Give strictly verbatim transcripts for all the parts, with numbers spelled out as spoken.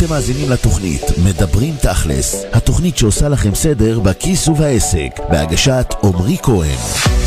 אתם מאזינים לתוכנית מדברים תכלס, התוכנית שעושה לכם סדר בכיס ובעסק, בהגשת עומרי כהן.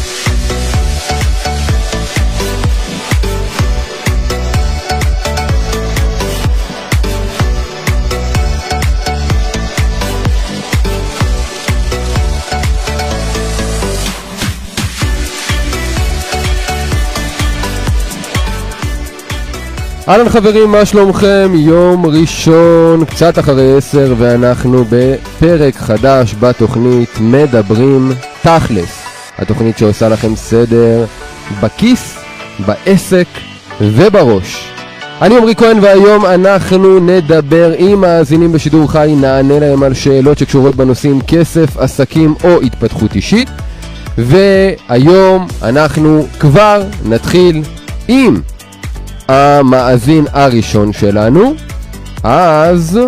אהלן חברים, מה שלומכם? יום ראשון, קצת אחרי עשר, ואנחנו בפרק חדש בתוכנית מדברים תכלס, התוכנית שעושה לכם סדר בכיס, בעסק ובראש. אני עומרי כהן, והיום אנחנו נדבר עם מאזינים בשידור חי, נענה להם על שאלות שקשורות בנושאים כסף, עסקים או התפתחות אישית. והיום אנחנו כבר נתחיל עם המאזין הראשון שלנו. אז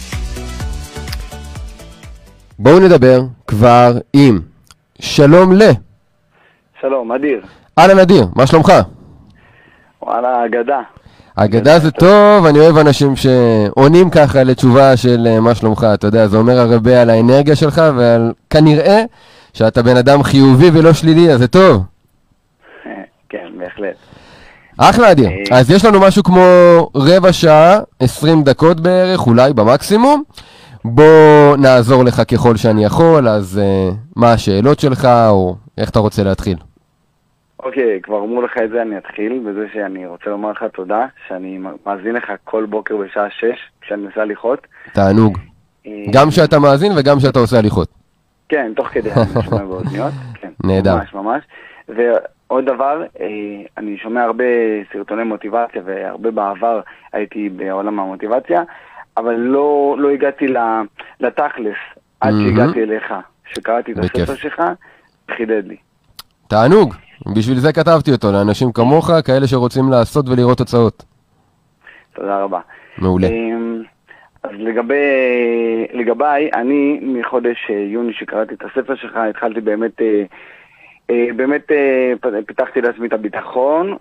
בואו נדבר כבר עם שלום ל שלום, אדיר. אהלן אדיר, מה שלומך? וואלה, אגדה. אגדה זה טוב, אני אוהב אנשים שעונים ככה לתשובה של מה שלומך, אתה יודע, זה אומר הרבה על האנרגיה שלך ועל כנראה שאתה בן אדם חיובי ולא שלילי, אז זה טוב. כן, בהחלט. אחלה אדיר. אז יש לנו משהו כמו רבע שעה, עשרים דקות בערך, אולי במקסימום. בוא נעזור לך ככל שאני יכול, אז uh, מה השאלות שלך, או איך אתה רוצה להתחיל? אוקיי, כבר אמרו לך את זה, אני אתחיל בזה שאני רוצה לומר לך תודה, שאני מאזין לך כל בוקר בשעה שש, כשאני עושה הליכות. תענוג. גם שאתה מאזין וגם שאתה עושה הליכות. כן, תוך כדי, אני שומע באוזניות. כן, נהדר. ממש, ממש. ו... עוד דבר, אני שומע הרבה סרטוני מוטיבציה, והרבה בעבר הייתי בעולם המוטיבציה, אבל לא, לא הגעתי לתכלס עד שהגעתי אליך. שקראתי את הספר שלך, חידד לי. תענוג, בשביל זה כתבתי אותו, לאנשים כמוך, כאלה שרוצים לעשות ולראות תוצאות. תודה רבה. מעולה. אז לגבי, לגביי, אני מחודש יוני שקראתי את הספר שלך, התחלתי באמת... באמת פיתחתי לעצמי את הביטחון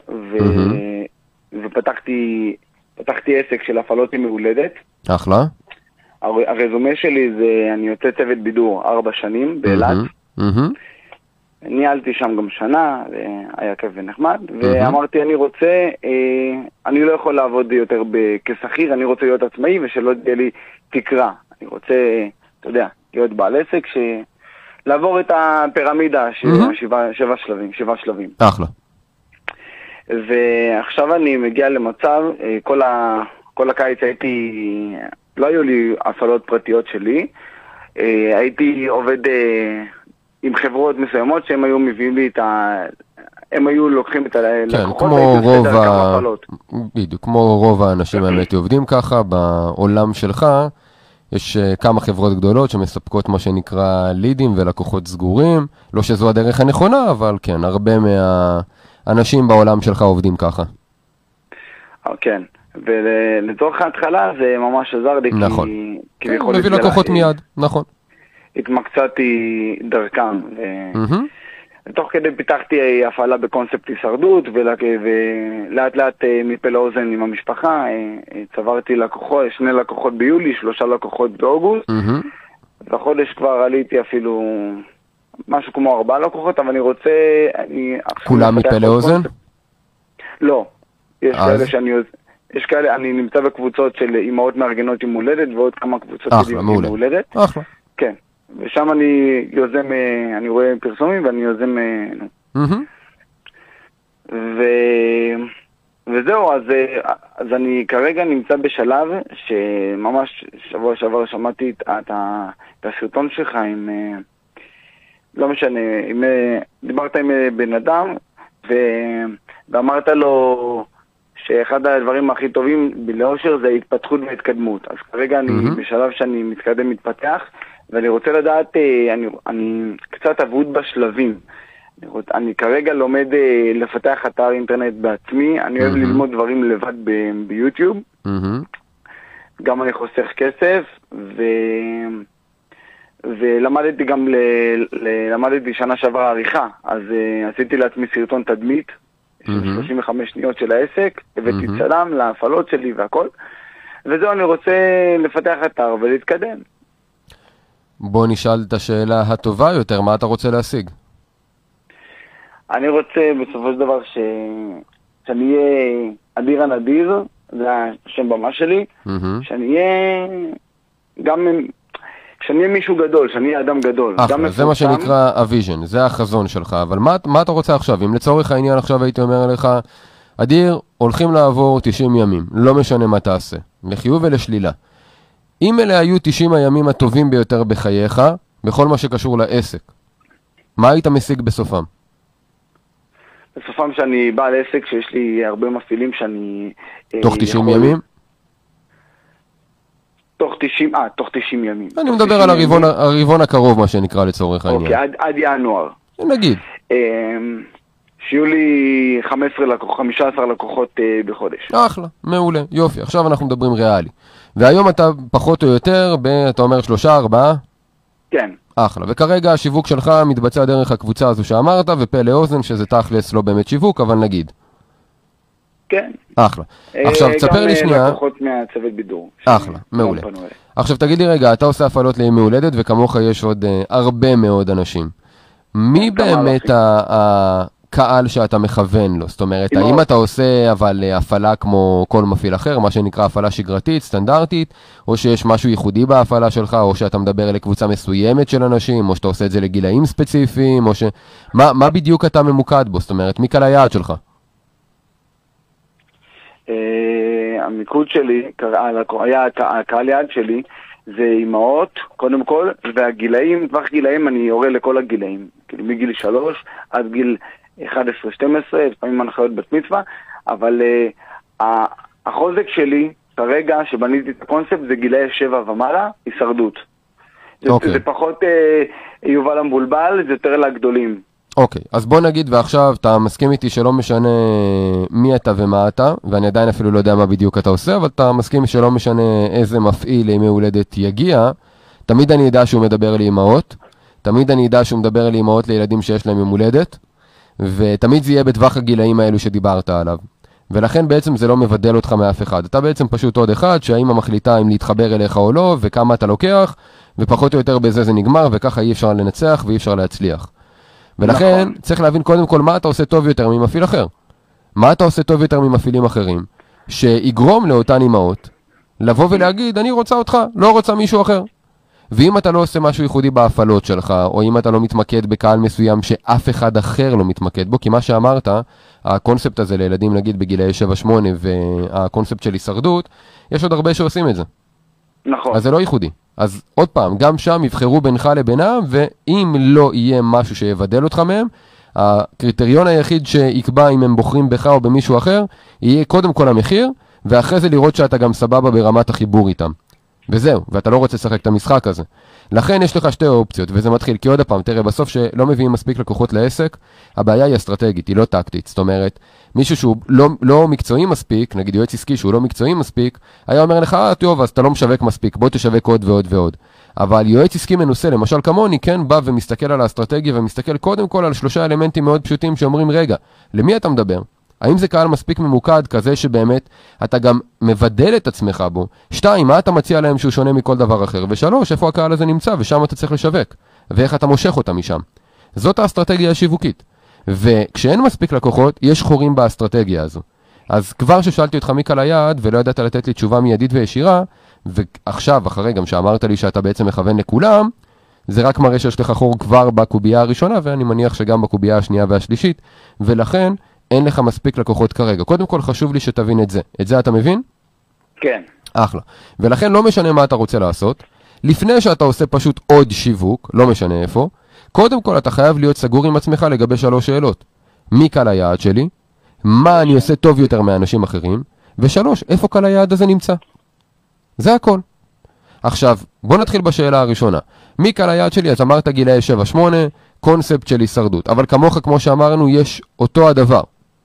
ופתחתי פתחתי עסק של הפעלות עם הולדת. אחלה. הרזומה שלי זה אני יוצא צוות בידור ארבע שנים באילת. ניהלתי שם גם שנה, היה כיף ונחמד, ואמרתי אני רוצה, אני לא יכול לעבוד יותר כשכיר, אני רוצה להיות עצמאי ושלא תהיה לי תקרה. אני רוצה, אתה יודע, להיות בעל עסק ש... לעבור את הפירמידה, שבע, שבע שלבים, שבע שלבים. אחלה. ועכשיו אני מגיע למצב, כל, ה, כל הקיץ הייתי, לא היו לי הפעלות פרטיות שלי, הייתי עובד עם חברות מסוימות שהם היו מביאים לי את ה... הם היו לוקחים את הלקוחות, כן, כמו רוב ה... בדיוק, כמו רוב האנשים האמת עובדים ככה, בעולם שלך, יש uh, כמה חברות גדולות שמספקות מה שנקרא לידים ולקוחות סגורים, לא שזו הדרך הנכונה, אבל כן, הרבה מהאנשים בעולם שלך עובדים ככה. כן, ולצורך ההתחלה זה ממש עזר לי, נכון. כי... כן, הוא מביא לקוחות מיד, נכון. התמקצעתי דרכם, ו... Mm-hmm. תוך כדי פיתחתי הפעלה בקונספט הישרדות, ולאט לאט מפה לאוזן עם המשפחה, צברתי לקוחות, שני לקוחות ביולי, שלושה לקוחות באוגוסט, וחודש כבר עליתי אפילו משהו כמו ארבעה לקוחות, אבל אני רוצה... כולם מפה לאוזן? לא, יש כאלה שאני... יש כאלה, אני נמצא בקבוצות של אמהות מארגנות עם הולדת, ועוד כמה קבוצות של עם הולדת. אחלה. כן. ושם אני יוזם, אני רואה פרסומים ואני יוזם, ו... וזהו, אז, אז אני כרגע נמצא בשלב שממש שבוע שעבר שמעתי את, את, את הסרטון שלך עם, לא משנה, עם, דיברת עם בן אדם ו... ואמרת לו שאחד הדברים הכי טובים לאושר זה התפתחות והתקדמות. אז כרגע אני בשלב שאני מתקדם, מתפתח, ואני רוצה לדעת, אני, אני קצת עבוד בשלבים. אני, רוצ, אני כרגע לומד לפתח אתר אינטרנט בעצמי, אני אוהב mm-hmm. ללמוד דברים לבד ב, ביוטיוב. Mm-hmm. גם אני חוסך כסף, ו, ולמדתי גם, ל, ל, למדתי שנה שעברה עריכה, אז uh, עשיתי לעצמי סרטון תדמית, mm-hmm. של שלושים וחמש שניות של העסק, הבאתי mm-hmm. צלם להפעלות שלי והכל. וזהו, אני רוצה לפתח אתר ולהתקדם. בוא נשאל את השאלה הטובה יותר, מה אתה רוצה להשיג? אני רוצה בסופו של דבר ש... שאני אהיה אדיר הנדיר, זה השם במה שלי, mm-hmm. שאני אהיה גם... שאני אהיה מישהו גדול, שאני אהיה אדם גדול. אחלה, זה מה שנקרא הוויז'ן, זה החזון שלך, אבל מה, מה אתה רוצה עכשיו? אם לצורך העניין עכשיו הייתי אומר לך, אדיר, הולכים לעבור תשעים ימים, לא משנה מה תעשה, לחיוב ולשלילה. אם אלה היו תשעים הימים הטובים ביותר בחייך, בכל מה שקשור לעסק, מה היית משיג בסופם? בסופם שאני בעל עסק שיש לי הרבה מפעילים שאני... תוך תשעים ימים? תוך תשעים, אה, תוך תשעים ימים. אני מדבר על הרבעון הקרוב, מה שנקרא לצורך העניין. אוקיי, עד ינואר. נגיד. שיהיו לי חמישה עשר לקוחות בחודש. אחלה, מעולה, יופי. עכשיו אנחנו מדברים ריאלי. והיום אתה פחות או יותר, אתה אומר שלושה, ארבעה? כן. אחלה, וכרגע השיווק שלך מתבצע דרך הקבוצה הזו שאמרת, ופה לאוזן שזה תכלס לא באמת שיווק, אבל נגיד. כן. אחלה. עכשיו, תספר לי שנייה. גם לקוחות מהצוות בידור. אחלה, מעולה. עכשיו, תגיד לי רגע, אתה עושה הפעלות לימי הולדת, וכמוך יש עוד הרבה מאוד אנשים. מי באמת הקהל שאתה מכוון לו? זאת אומרת, האם אתה עושה אבל הפעלה כמו כל מפעיל אחר, מה שנקרא הפעלה שגרתית, סטנדרטית, או שיש משהו ייחודי בהפעלה שלך, או שאתה מדבר לקבוצה מסוימת של אנשים, או שאתה עושה את זה לגילאים ספציפיים, או ש... מה, מה בדיוק אתה ממוקד בו? זאת אומרת, מי קהל היעד שלך? המיקוד שלי, היה הקהל יעד שלי, זה אימהות, קודם כל, והגילאים, טווח גילאים, אני יורה לכל הגילאים. כאילו מגיל שלוש עד גיל אחת עשרה שתים עשרה, לפעמים הנחיות בת מצווה, אבל uh, החוזק שלי, כרגע שבניתי את הקונספט, זה גילאי שבע ומעלה, הישרדות. Okay. זה, זה פחות uh, יובל המבולבל, זה יותר לגדולים. אוקיי, אז בוא נגיד ועכשיו אתה מסכים איתי שלא משנה מי אתה ומה אתה, ואני עדיין אפילו לא יודע מה בדיוק אתה עושה, אבל אתה מסכים שלא משנה איזה מפעיל לימי הולדת יגיע, תמיד אני יודע שהוא מדבר לאמהות, תמיד אני יודע שהוא מדבר לאמהות לילדים שיש להם יום הולדת, ותמיד זה יהיה בטווח הגילאים האלו שדיברת עליו. ולכן בעצם זה לא מבדל אותך מאף אחד. אתה בעצם פשוט עוד אחד שהאמא מחליטה אם להתחבר אליך או לא, וכמה אתה לוקח, ופחות או יותר בזה זה נגמר, וככה אי אפשר לנצח ואי אפשר להצליח. ולכן נכון. צריך להבין קודם כל מה אתה עושה טוב יותר ממפעיל אחר. מה אתה עושה טוב יותר ממפעילים אחרים, שיגרום לאותן אמהות לבוא ולהגיד, אני רוצה אותך, לא רוצה מישהו אחר. ואם אתה לא עושה משהו ייחודי בהפעלות שלך, או אם אתה לא מתמקד בקהל מסוים שאף אחד אחר לא מתמקד בו, כי מה שאמרת, הקונספט הזה לילדים נגיד בגילאי שבע שמונה, והקונספט של הישרדות, יש עוד הרבה שעושים את זה. נכון. אז זה לא ייחודי. אז עוד פעם, גם שם יבחרו בינך לבינם, ואם לא יהיה משהו שיבדל אותך מהם, הקריטריון היחיד שיקבע אם הם בוחרים בך או במישהו אחר, יהיה קודם כל המחיר, ואחרי זה לראות שאתה גם סבבה ברמת החיבור איתם. וזהו, ואתה לא רוצה לשחק את המשחק הזה. לכן יש לך שתי אופציות, וזה מתחיל, כי עוד הפעם, תראה, בסוף שלא מביאים מספיק לקוחות לעסק, הבעיה היא אסטרטגית, היא לא טקטית. זאת אומרת, מישהו שהוא לא, לא מקצועי מספיק, נגיד יועץ עסקי שהוא לא מקצועי מספיק, היה אומר לך, אה, טוב, אז אתה לא משווק מספיק, בוא תשווק עוד ועוד ועוד. אבל יועץ עסקי מנוסה, למשל כמוני, כן בא ומסתכל על האסטרטגיה, ומסתכל קודם כל על שלושה אלמנטים מאוד פשוטים שאומרים, רגע, למי אתה מדבר? האם זה קהל מספיק ממוקד כזה שבאמת אתה גם מבדל את עצמך בו? שתיים, מה אתה מציע להם שהוא שונה מכל דבר אחר? ושלוש, איפה הקהל הזה נמצא ושם אתה צריך לשווק? ואיך אתה מושך אותם משם? זאת האסטרטגיה השיווקית. וכשאין מספיק לקוחות, יש חורים באסטרטגיה הזו. אז כבר ששאלתי אותך מי קהל היעד ולא ידעת לתת לי תשובה מיידית וישירה, ועכשיו, אחרי גם שאמרת לי שאתה בעצם מכוון לכולם, זה רק מראה שיש לך חור כבר בקובייה הראשונה, ואני מניח שגם בקובייה השנייה והשלישית, ולכן אין לך מספיק לקוחות כרגע. קודם כל חשוב לי שתבין את זה. את זה אתה מבין? כן. אחלה. ולכן לא משנה מה אתה רוצה לעשות, לפני שאתה עושה פשוט עוד שיווק, לא משנה איפה, קודם כל אתה חייב להיות סגור עם עצמך לגבי שלוש שאלות. מי קהל היעד שלי? מה אני עושה טוב יותר מאנשים אחרים? ושלוש, איפה קהל היעד הזה נמצא? זה הכל. עכשיו, בוא נתחיל בשאלה הראשונה. מי קהל היעד שלי? אז אמרת גילאי שבע שמונה, קונספט של הישרדות. אבל כמוך, כמו שאמרנו, יש אותו הדבר.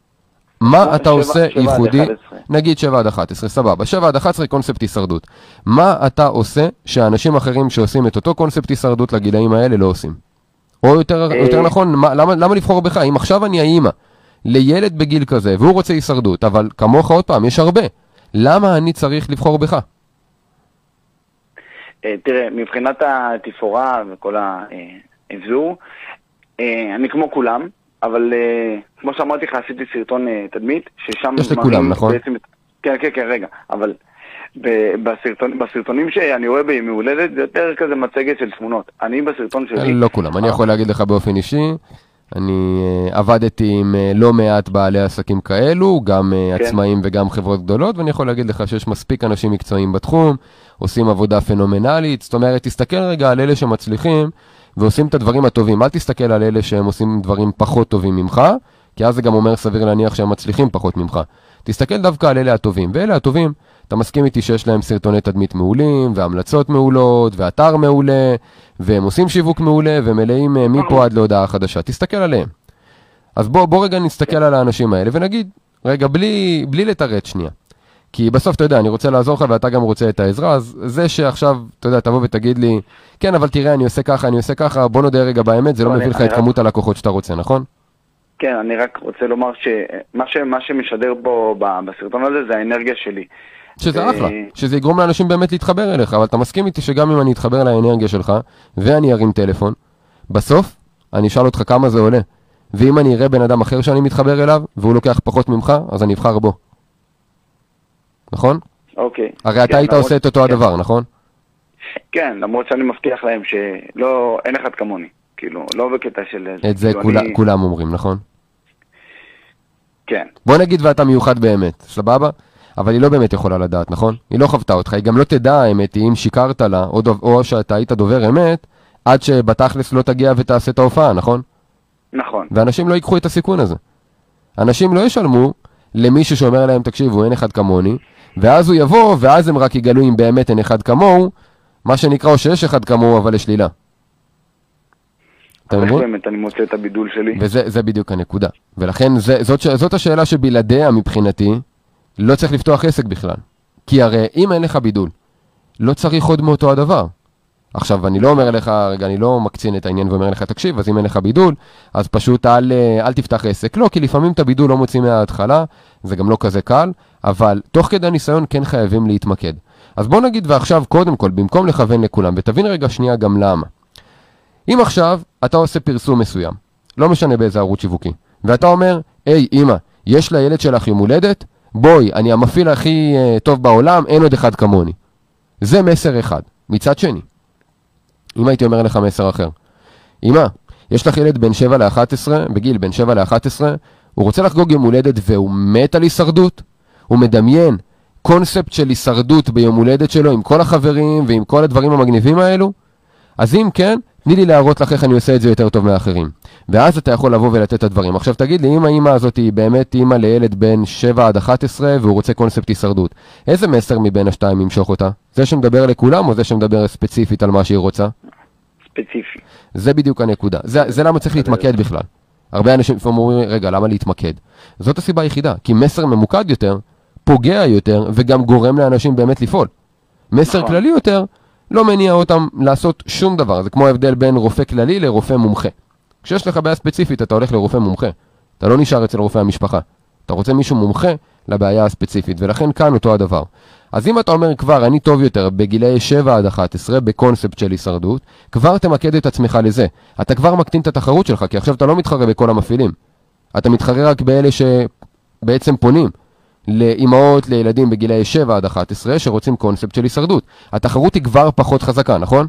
מה אתה עושה ייחודי? נגיד שבע עד אחת עשרה, סבבה. שבע עד אחת עשרה קונספט הישרדות. מה אתה עושה שאנשים אחרים שעושים את אותו קונספט הישרדות לגילאים האלה לא עושים? או יותר, יותר נכון, מה, למה, למה לבחור בך? אם עכשיו אני האמא לילד בגיל כזה, והוא רוצה הישרדות, אבל כמוך עוד פעם, יש הרבה. למה אני צריך לבחור בך? תראה, מבחינת התפאורה וכל האבזור, אני כמו כולם, אבל כמו שאמרתי לך, עשיתי סרטון תדמית, ששם... יש לכולם, נכון? בעצם, כן, כן, כן, רגע, אבל בסרטון, בסרטונים שאני רואה בימי הולדת, זה יותר כזה מצגת של תמונות. אני בסרטון שלי... לא כולם, אני יכול להגיד לך באופן אישי, אני עבדתי עם לא מעט בעלי עסקים כאלו, גם כן. עצמאים וגם חברות גדולות, ואני יכול להגיד לך שיש מספיק אנשים מקצועיים בתחום, עושים עבודה פנומנלית, זאת אומרת, תסתכל רגע על אלה שמצליחים, ועושים את הדברים הטובים, אל תסתכל על אלה שהם עושים דברים פחות טובים ממך, כי אז זה גם אומר סביר להניח שהם מצליחים פחות ממך. תסתכל דווקא על אלה הטובים, ואלה הטובים, אתה מסכים איתי שיש להם סרטוני תדמית מעולים, והמלצות מעולות, ואתר מעולה, והם עושים שיווק מעולה, ומלאים מפה עד להודעה חדשה. תסתכל עליהם. אז בוא, בוא רגע נסתכל על האנשים האלה, ונגיד, רגע, בלי, בלי לתרץ שנייה. כי בסוף, אתה יודע, אני רוצה לעזור לך, ואתה גם רוצה את העזרה, אז זה שעכשיו, אתה יודע, תבוא ותגיד לי, כן, אבל תראה, אני עושה ככה, אני עושה ככה, בוא נודה רגע באמת, זה לא מביא לך את כמות הלקוחות שאתה רוצה, נכון? כן, אני רק רוצה לומר שמה ש, מה שמשדר פה בסרטון הזה זה האנרגיה שלי. שזה אחלה, שזה יגרום לאנשים באמת להתחבר אליך, אבל אתה מסכים איתי שגם אם אני אתחבר לאנרגיה שלך, ואני ארים טלפון, בסוף אני אשאל אותך כמה זה עולה. ואם אני אראה בן אדם אחר שאני מתחבר אליו, והוא לוקח פחות ממך, אז אני אבחר בו. נכון? אוקיי. הרי אתה היית עושה את אותו הדבר, נכון? כן, למרות שאני מבטיח להם שלא, אין אחד כמוני. כאילו, לא בקטע של... את זה כולם אומרים, נכון? כן. בוא נגיד ואתה מיוחד באמת, סבבה? אבל היא לא באמת יכולה לדעת, נכון? היא לא חוותה אותך, היא גם לא תדע האמת, אם שיקרת לה, או, דוב, או שאתה היית דובר אמת, עד שבתכלס לא תגיע ותעשה את ההופעה, נכון? נכון. ואנשים לא ייקחו את הסיכון הזה. אנשים לא ישלמו למישהו שאומר להם, תקשיבו, אין אחד כמוני, ואז הוא יבוא, ואז הם רק יגלו אם באמת אין אחד כמוהו, מה שנקרא, או שיש אחד כמוהו, אבל לשלילה. אבל איך באמת אני מוצא את הבידול שלי? וזה זה בדיוק הנקודה. ולכן זה, זאת, זאת השאלה שבלעדיה מבחינתי, לא צריך לפתוח עסק בכלל. כי הרי אם אין לך בידול, לא צריך עוד מאותו הדבר. עכשיו, אני לא אומר לך, רגע, אני לא מקצין את העניין ואומר לך, תקשיב, אז אם אין לך בידול, אז פשוט אל, אל תפתח עסק. לא, כי לפעמים את הבידול לא מוצאים מההתחלה, זה גם לא כזה קל, אבל תוך כדי הניסיון כן חייבים להתמקד. אז בוא נגיד ועכשיו, קודם כל, במקום לכוון לכולם, ותבין רגע שנייה גם למה. אם עכשיו אתה עושה פרסום מסוים, לא משנה באיזה ערוץ שיווקי, ואתה אומר, היי, אמא, יש לילד שלך יום הולדת? בואי, אני המפעיל הכי uh, טוב בעולם, אין עוד אחד כמוני. זה מסר אחד. מצד שני, אם הייתי אומר לך מסר אחר, אמא, יש לך ילד בן שבע לאחת עשרה, בגיל בן שבע לאחת עשרה, הוא רוצה לחגוג יום הולדת והוא מת על הישרדות, הוא מדמיין קונספט של הישרדות ביום הולדת שלו עם כל החברים ועם כל הדברים המגניבים האלו, אז אם כן, תני לי להראות לך איך אני עושה את זה יותר טוב מאחרים. ואז אתה יכול לבוא ולתת את הדברים. עכשיו תגיד לי, אם האמא הזאת היא באמת אמא לילד בין שבע עד אחת עשרה והוא רוצה קונספט הישרדות, איזה מסר מבין השתיים ימשוך אותה? זה שמדבר לכולם או זה שמדבר ספציפית על מה שהיא רוצה? ספציפי. זה בדיוק הנקודה. זה, זה למה צריך להתמקד בכלל. הרבה אנשים אומרים, רגע, למה להתמקד? זאת הסיבה היחידה, כי מסר ממוקד יותר, פוגע יותר וגם גורם לאנשים באמת לפעול. מסר נכון. כללי יותר, לא מניע אותם לעשות שום דבר. זה כמו ההבדל בין רופא כללי לרופא מומחה. כשיש לך בעיה ספציפית, אתה הולך לרופא מומחה. אתה לא נשאר אצל רופא המשפחה. אתה רוצה מישהו מומחה לבעיה הספציפית, ולכן כאן אותו הדבר. אז אם אתה אומר כבר, אני טוב יותר בגילי שבע עד אחת עשרה, בקונספט של הישרדות, כבר תמקד את עצמך לזה. אתה כבר מקטין את התחרות שלך, כי עכשיו אתה לא מתחרה בכל המפעילים. אתה מתחרה רק באלה שבעצם פונים. לאמהות, לילדים בגילי שבע עד אחת עשרה שרוצים קונספט של הישרדות. התחרות היא כבר פחות חזקה, נכון?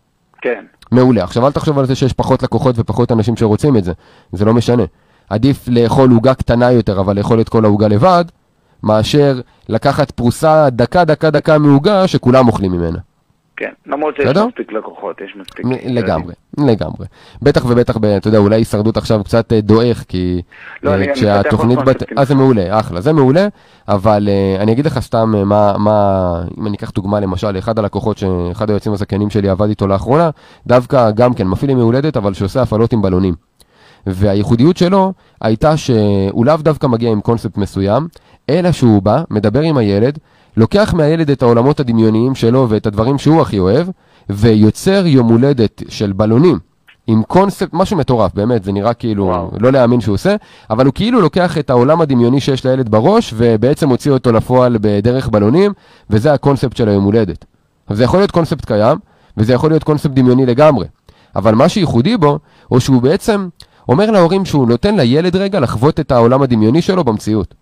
כן. מעולה. עכשיו אל תחשוב על זה שיש פחות לקוחות ופחות אנשים שרוצים את זה. זה לא משנה. עדיף לאכול עוגה קטנה יותר, אבל לאכול את כל העוגה לבד, מאשר לקחת פרוסה דקה דקה דקה מעוגה שכולם אוכלים ממנה. כן, למרות שיש מספיק לקוחות, יש מספיק... לגמרי, לגמרי. בטח ובטח, אתה יודע, אולי הישרדות עכשיו קצת דועך, כי כשהתוכנית... אז זה מעולה, אחלה, זה מעולה, אבל אני אגיד לך סתם מה, אם אני אקח דוגמה למשל, אחד הלקוחות, אחד היועצים הזכיינים שלי עבד איתו לאחרונה, דווקא גם כן, מפעיל עם מהולדת, אבל שעושה הפעלות עם בלונים. והייחודיות שלו הייתה שהוא לאו דווקא מגיע עם קונספט מסוים, אלא שהוא בא, מדבר עם הילד, לוקח מהילד את העולמות הדמיוניים שלו ואת הדברים שהוא הכי אוהב, ויוצר יום הולדת של בלונים, עם קונספט, משהו מטורף, באמת, זה נראה כאילו, וואו. לא להאמין שהוא עושה, אבל הוא כאילו לוקח את העולם הדמיוני שיש לילד בראש, ובעצם הוציא אותו לפועל בדרך בלונים, וזה הקונספט של היום הולדת. זה יכול להיות קונספט קיים, וזה יכול להיות קונספט דמיוני לגמרי. אבל מה שייחודי בו, הוא שהוא בעצם אומר להורים שהוא נותן לילד רגע לחוות את העולם הדמיוני שלו במציאות.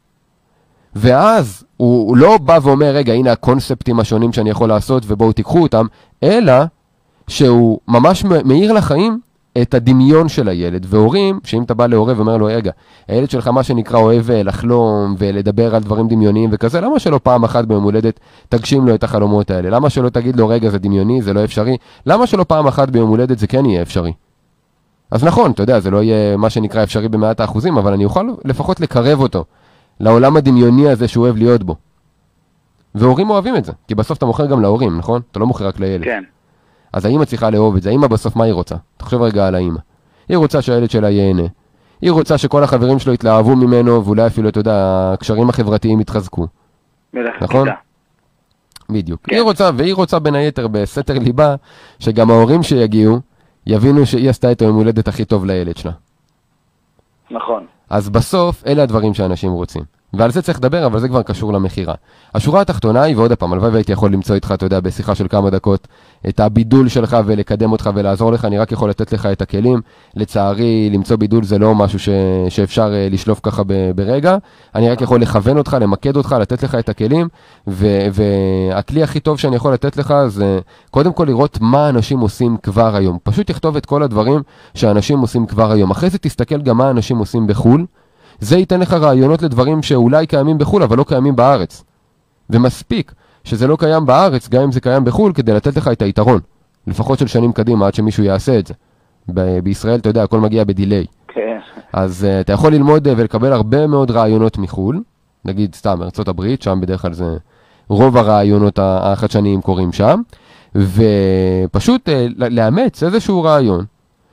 ואז הוא, הוא לא בא ואומר, רגע, הנה הקונספטים השונים שאני יכול לעשות, ובואו תיקחו אותם, אלא שהוא ממש מאיר לחיים את הדמיון של הילד. והורים, שאם אתה בא להורה ואומר לו, רגע, הילד שלך מה שנקרא אוהב לחלום ולדבר על דברים דמיוניים וכזה, למה שלא פעם אחת ביום הולדת תגשים לו את החלומות האלה? למה שלא תגיד לו, רגע, זה דמיוני, זה לא אפשרי? למה שלא פעם אחת ביום הולדת זה כן יהיה אפשרי? אז נכון, אתה יודע, זה לא יהיה מה שנקרא אפשרי במאת האחוזים, אבל אני אוכל לפחות לקרב אותו לעולם הדמיוני הזה שהוא אוהב להיות בו. והורים אוהבים את זה, כי בסוף אתה מוכר גם להורים, נכון? אתה לא מוכר רק לילד. כן. אז האמא צריכה לאהוב את זה. האמא בסוף מה היא רוצה? תחשוב רגע על האמא. היא רוצה שהילד שלה ייהנה. היא רוצה שכל החברים שלו יתלהבו ממנו, ואולי אפילו, אתה יודע, הקשרים החברתיים יתחזקו. נכון? בדיוק. כן. היא רוצה, והיא רוצה בין היתר בסתר ליבה, שגם ההורים שיגיעו, יבינו שהיא עשתה את היום הולדת הכי טוב לילד שלה. נכון. אז בסוף, אלה הדברים שאנשים רוצים. ועל זה צריך לדבר, אבל זה כבר קשור למחירה. השורה התחתונה היא, ועוד הפעם, הלוואי והייתי יכול למצוא איתך, אתה יודע, בשיחה של כמה דקות, את הבידול שלך ולקדם אותך ולעזור לך, אני רק יכול לתת לך את הכלים. לצערי, למצוא בידול זה לא משהו ש... שאפשר לשלוף ככה ב... ברגע. אני רק יכול לכוון אותך, למקד אותך, לתת לך את הכלים, ו... והכלי הכי טוב שאני יכול לתת לך זה קודם כל לראות מה אנשים עושים כבר היום. פשוט תכתוב את כל הדברים שאנשים עושים כבר היום. אחרי זה תסתכל גם מה אנשים עושים בחול. זה ייתן לך רעיונות לדברים שאולי קיימים בחול, אבל לא קיימים בארץ. ומספיק שזה לא קיים בארץ, גם אם זה קיים בחול, כדי לתת לך את היתרון. לפחות של שנים קדימה, עד שמישהו יעשה את זה. ב- בישראל, אתה יודע, הכל מגיע בדיליי. כן. אז uh, אתה יכול ללמוד uh, ולקבל הרבה מאוד רעיונות מחול. נגיד, סתם, ארצות הברית, שם בדרך כלל זה רוב הרעיונות החדשניים קורים שם. ופשוט uh, לאמץ איזשהו רעיון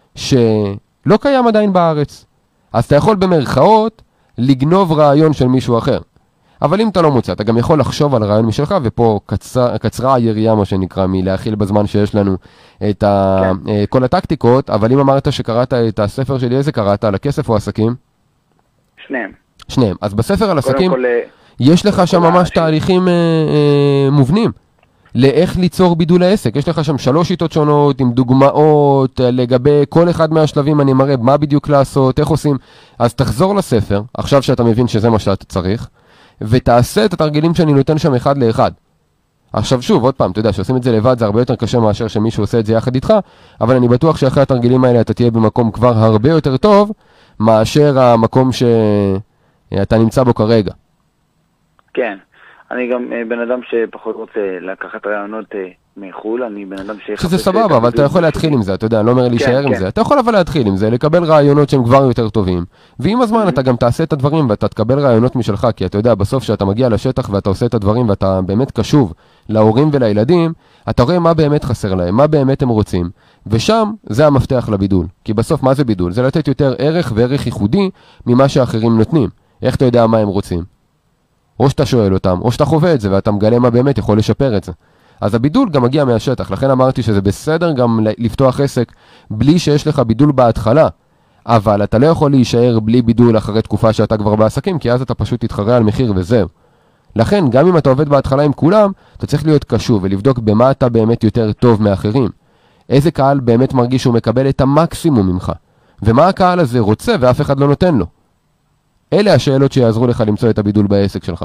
שלא קיים עדיין בארץ. אז אתה יכול במרכאות לגנוב רעיון של מישהו אחר. אבל אם אתה לא מוצא, אתה גם יכול לחשוב על רעיון משלך, ופה קצרה, קצרה היריעה, מה שנקרא, מלהכיל בזמן שיש לנו את ה, כן. כל הטקטיקות, אבל אם אמרת שקראת את הספר שלי, איזה קראת? על הכסף או עסקים? שניהם. שניהם. אז בספר על עסקים, כל, יש לך שם ממש תהליכים אה, אה, מובנים. לאיך ליצור בידול העסק. יש לך שם שלוש שיטות שונות עם דוגמאות לגבי כל אחד מהשלבים, אני מראה מה בדיוק לעשות, איך עושים. אז תחזור לספר, עכשיו שאתה מבין שזה מה שאתה צריך, ותעשה את התרגילים שאני נותן שם אחד לאחד. עכשיו שוב, עוד פעם, אתה יודע, שעושים את זה לבד זה הרבה יותר קשה מאשר שמישהו עושה את זה יחד איתך, אבל אני בטוח שאחרי התרגילים האלה אתה תהיה במקום כבר הרבה יותר טוב, מאשר המקום שאתה נמצא בו כרגע. כן. אני גם בן אדם שפחות רוצה לקחת רעיונות מחול, אני בן אדם שיחפש... שזה סבבה, אבל אתה יכול להתחיל עם זה, אתה יודע, אני לא אומר להישאר עם זה. אתה יכול אבל להתחיל עם זה, לקבל רעיונות שהם כבר יותר טובים, ועם הזמן אתה גם תעשה את הדברים ואתה תקבל רעיונות משלך, כי אתה יודע, בסוף שאתה מגיע לשטח ואתה עושה את הדברים ואתה באמת קשוב להורים ולילדים, אתה רואה מה באמת חסר להם, מה באמת הם רוצים, ושם זה המפתח לבידול. כי בסוף מה זה בידול? זה לתת יותר ערך וערך ייחודי ממה שאחרים נותנים. איך אתה יודע מה הם רוצים? או שאתה שואל אותם, או שאתה חווה את זה, ואתה מגלה מה באמת יכול לשפר את זה. אז הבידול גם מגיע מהשטח, לכן אמרתי שזה בסדר גם לפתוח עסק בלי שיש לך בידול בהתחלה, אבל אתה לא יכול להישאר בלי בידול אחרי תקופה שאתה כבר בעסקים, כי אז אתה פשוט תתחרה על מחיר וזהו. לכן, גם אם אתה עובד בהתחלה עם כולם, אתה צריך להיות קשוב ולבדוק במה אתה באמת יותר טוב מאחרים. איזה קהל באמת מרגיש שהוא מקבל את המקסימום ממך, ומה הקהל הזה רוצה ואף אחד לא נותן לו. אלה השאלות שיעזרו לך למצוא את הבידול בעסק שלך.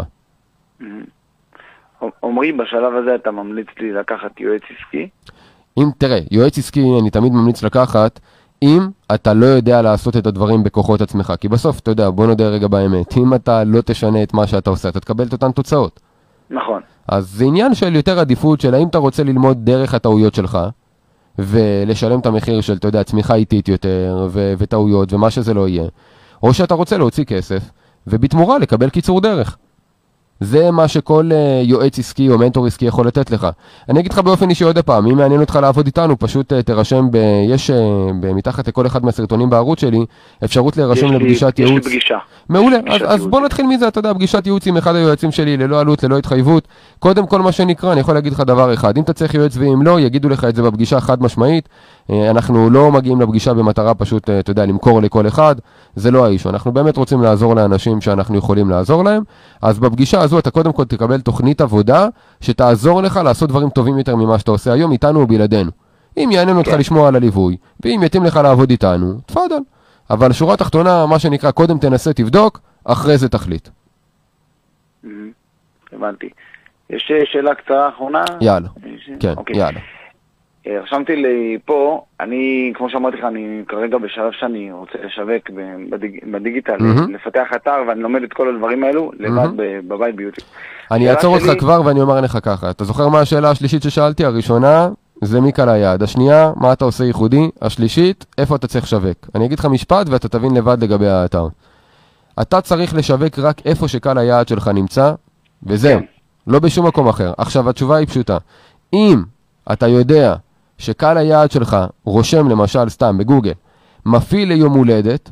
אומרי, בשלב הזה אתה ממליץ לי לקחת יועץ עסקי? אם, תראה, יועץ עסקי אני תמיד ממליץ לקחת, אם אתה לא יודע לעשות את הדברים בכוחות עצמך. כי בסוף, אתה יודע, בוא נודה רגע באמת, אם אתה לא תשנה את מה שאתה עושה, אתה תקבל את אותן תוצאות. נכון. אז זה עניין של יותר עדיפות של האם אתה רוצה ללמוד דרך הטעויות שלך, ולשלם את המחיר של, אתה יודע, צמיחה איטית יותר, ו- וטעויות, ומה שזה לא יהיה. או שאתה רוצה להוציא כסף, ובתמורה לקבל קיצור דרך. זה מה שכל uh, יועץ עסקי או מנטור עסקי יכול לתת לך. אני אגיד לך באופן אישי עוד הפעם, אם מעניין אותך לעבוד איתנו, פשוט uh, תרשם, ב- יש uh, מתחת לכל אחד מהסרטונים בערוץ שלי, אפשרות להירשם לפגישת ייעוץ. יש לי פגישה. מעולה, אז, אז בוא נתחיל מזה, אתה יודע, פגישת ייעוץ עם אחד היועצים שלי, ללא עלות, ללא התחייבות. קודם כל מה שנקרא, אני יכול להגיד לך דבר אחד, אם אתה צריך יועץ ואם לא, יגידו לך את זה בפגישה חד משמעית. אנחנו לא מגיעים לפגישה במטרה פשוט, אתה יודע, למכור לכל אחד, זה לא האיש. אנחנו באמת רוצים לעזור לאנשים שאנחנו יכולים לעזור להם, אז בפגישה הזו אתה קודם כל תקבל תוכנית עבודה שתעזור לך לעשות דברים טובים יותר ממה שאתה עושה היום איתנו או בלעדינו. אם יעניין אותך לשמוע על הליווי, ואם יתאים לך לעבוד איתנו, תפאדל. אבל שורה תחתונה, מה שנקרא, קודם תנסה, תבדוק, אחרי זה תחליט. הבנתי. יש שאלה קצרה אחרונה? יאללה, כן, יאללה. רשמתי לי פה, אני, כמו שאמרתי לך, אני כרגע בשלב שאני רוצה לשווק בדיגיטל, לפתח אתר, ואני לומד את כל הדברים האלו לבד בבית ביוטיוב. אני אעצור אותך כבר ואני אומר לך ככה, אתה זוכר מה השאלה השלישית ששאלתי? הראשונה, זה מי קהל היעד. השנייה, מה אתה עושה ייחודי? השלישית, איפה אתה צריך לשווק? אני אגיד לך משפט ואתה תבין לבד לגבי האתר. אתה צריך לשווק רק איפה שקהל היעד שלך נמצא, וזהו, לא בשום מקום אחר. עכשיו, התשובה היא פשוטה. אם אתה יודע שקהל היעד שלך רושם למשל סתם בגוגל, מפעיל ליום הולדת,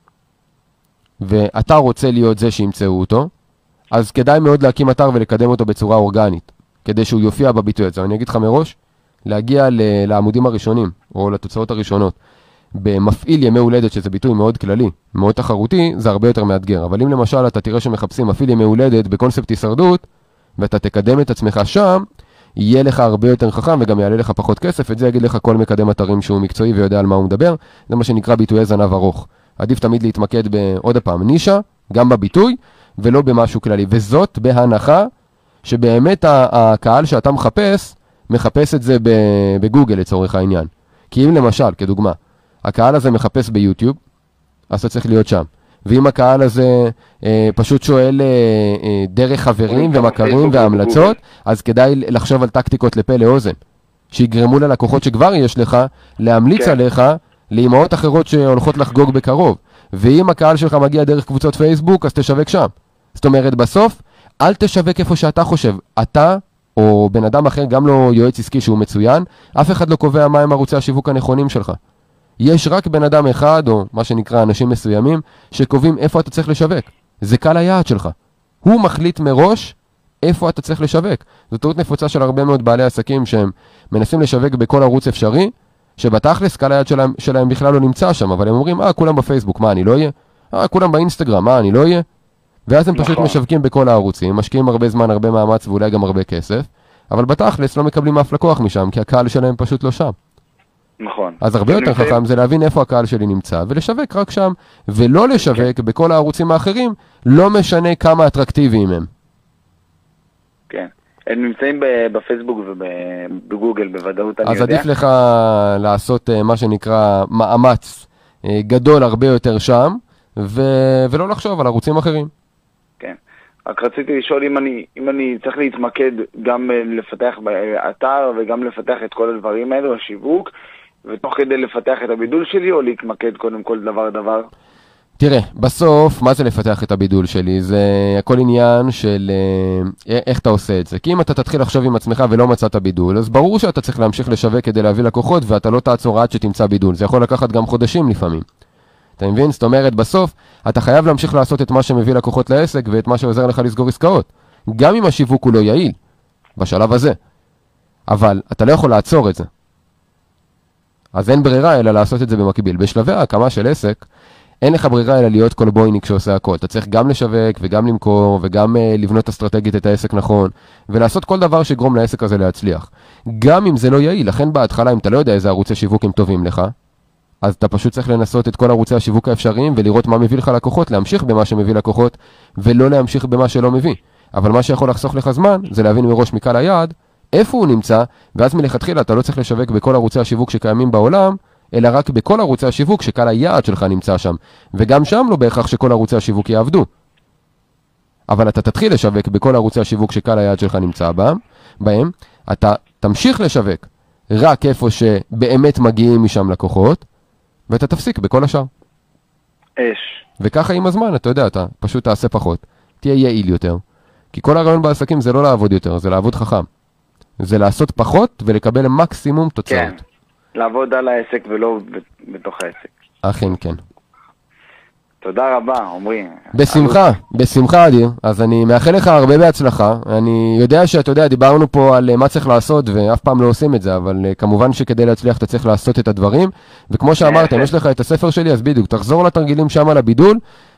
ואתה רוצה להיות זה שימצאו אותו, אז כדאי מאוד להקים אתר ולקדם אותו בצורה אורגנית, כדי שהוא יופיע בביטוי הזה. אני אגיד לך מראש, להגיע לעמודים הראשונים, או לתוצאות הראשונות, במפעיל ימי הולדת, שזה ביטוי מאוד כללי, מאוד תחרותי, זה הרבה יותר מאתגר. אבל אם למשל אתה תראה שמחפשים מפעיל ימי הולדת בקונספט הישרדות, ואתה תקדם את עצמך שם, יהיה לך הרבה יותר חכם וגם יעלה לך פחות כסף. את זה יגיד לך כל מקדם אתרים שהוא מקצועי ויודע על מה הוא מדבר. זה מה שנקרא ביטויי זנב ארוך. עדיף תמיד להתמקד בעוד הפעם נישה, גם בביטוי, ולא במשהו כללי. וזאת בהנחה שבאמת הקהל שאתה מחפש, מחפש את זה בגוגל לצורך העניין. כי אם למשל, כדוגמה, הקהל הזה מחפש ביוטיוב, אז אתה צריך להיות שם. ואם הקהל הזה אה, פשוט שואל אה, אה, דרך חברים ומכרים והמלצות, אז כדאי לחשוב על טקטיקות לפה לאוזן, שיגרמו ללקוחות שכבר יש לך, להמליץ כן. עליך, לאמהות אחרות שהולכות לחגוג בקרוב. ואם הקהל שלך מגיע דרך קבוצות פייסבוק, אז תשווק שם. זאת אומרת, בסוף, אל תשווק איפה שאתה חושב. אתה או בן אדם אחר, גם לא יועץ עסקי שהוא מצוין, אף אחד לא קובע מה הם ערוצי השיווק הנכונים שלך. יש רק בן אדם אחד, או מה שנקרא אנשים מסוימים, שקובעים איפה אתה צריך לשווק. זה קהל היעד שלך. הוא מחליט מראש איפה אתה צריך לשווק. זו טעות נפוצה של הרבה מאוד בעלי עסקים שהם מנסים לשווק בכל ערוץ אפשרי, שבתכלס קהל היעד שלהם, שלהם בכלל לא נמצא שם, אבל הם אומרים, אה, כולם בפייסבוק, מה, אני לא אהיה? אה, כולם באינסטגרם, מה, אני לא אהיה? ואז הם נכון. פשוט משווקים בכל הערוצים, משקיעים הרבה זמן, הרבה מאמץ ואולי גם הרבה כסף, אבל בתכלס לא מקבלים אף לקוח משם, כי הקהל שלהם פשוט לא שם. נכון. אז הרבה יותר חכם זה להבין איפה הקהל שלי נמצא, ולשווק רק שם, ולא לשווק בכל הערוצים האחרים, לא משנה כמה אטרקטיביים הם. כן. הם נמצאים בפייסבוק ובגוגל בוודאות, אני יודע. אז עדיף לך לעשות מה שנקרא מאמץ גדול הרבה יותר שם, ולא לחשוב על ערוצים אחרים. כן. רק רציתי לשאול אם אני, אם אני צריך להתמקד גם לפתח באתר וגם לפתח את כל הדברים האלו, השיווק, ותוך כדי לפתח את הבידול שלי, או להתמקד קודם כל דבר דבר? תראה, בסוף, מה זה לפתח את הבידול שלי? זה הכל עניין של אה, איך אתה עושה את זה. כי אם אתה תתחיל לחשוב עם עצמך ולא מצאת בידול, אז ברור שאתה צריך להמשיך לשווק כדי להביא לקוחות, ואתה לא תעצור עד שתמצא בידול. זה יכול לקחת גם חודשים לפעמים. אתה מבין? זאת אומרת, בסוף, אתה חייב להמשיך לעשות את מה שמביא לקוחות לעסק, ואת מה שעוזר לך לסגור עסקאות. גם אם השיווק הוא לא יעיל, בשלב הזה. אבל אתה לא יכול לעצור את זה. אז אין ברירה אלא לעשות את זה במקביל. בשלבי ההקמה של עסק, אין לך ברירה אלא להיות קולבויניק שעושה הכל. אתה צריך גם לשווק וגם למכור וגם uh, לבנות אסטרטגית את העסק נכון, ולעשות כל דבר שגרום לעסק הזה להצליח. גם אם זה לא יעיל, לכן בהתחלה אם אתה לא יודע איזה ערוצי שיווק הם טובים לך, אז אתה פשוט צריך לנסות את כל ערוצי השיווק האפשריים ולראות מה מביא לך לקוחות, להמשיך במה שמביא לקוחות ולא להמשיך במה שלא מביא. אבל מה שיכול לחסוך לך זמן זה להבין מראש מקהל היעד איפה הוא נמצא, ואז מלכתחילה אתה לא צריך לשווק בכל ערוצי השיווק שקיימים בעולם, אלא רק בכל ערוצי השיווק שקהל היעד שלך נמצא שם. וגם שם לא בהכרח שכל ערוצי השיווק יעבדו. אבל אתה תתחיל לשווק בכל ערוצי השיווק שקהל היעד שלך נמצא בהם, בהם, אתה תמשיך לשווק רק איפה שבאמת מגיעים משם לקוחות, ואתה תפסיק בכל השאר. אש. וככה עם הזמן, אתה יודע, אתה פשוט תעשה פחות. תהיה יעיל יותר. כי כל הרעיון בעסקים זה לא לעבוד יותר, זה לעבוד חכם. זה לעשות פחות ולקבל מקסימום תוצאות. כן. לעבוד על העסק ולא בתוך העסק. אכן, כן. תודה רבה, עומרי. בשמחה, בשמחה אדיר. אז אני מאחל לך הרבה בהצלחה. אני יודע שאתה יודע, דיברנו פה על מה צריך לעשות, ואף פעם לא עושים את זה, אבל כמובן שכדי להצליח אתה צריך לעשות את הדברים. וכמו שאמרת, אם יש לך את הספר שלי, אז בדיוק, תחזור לתרגילים שם על הבידול,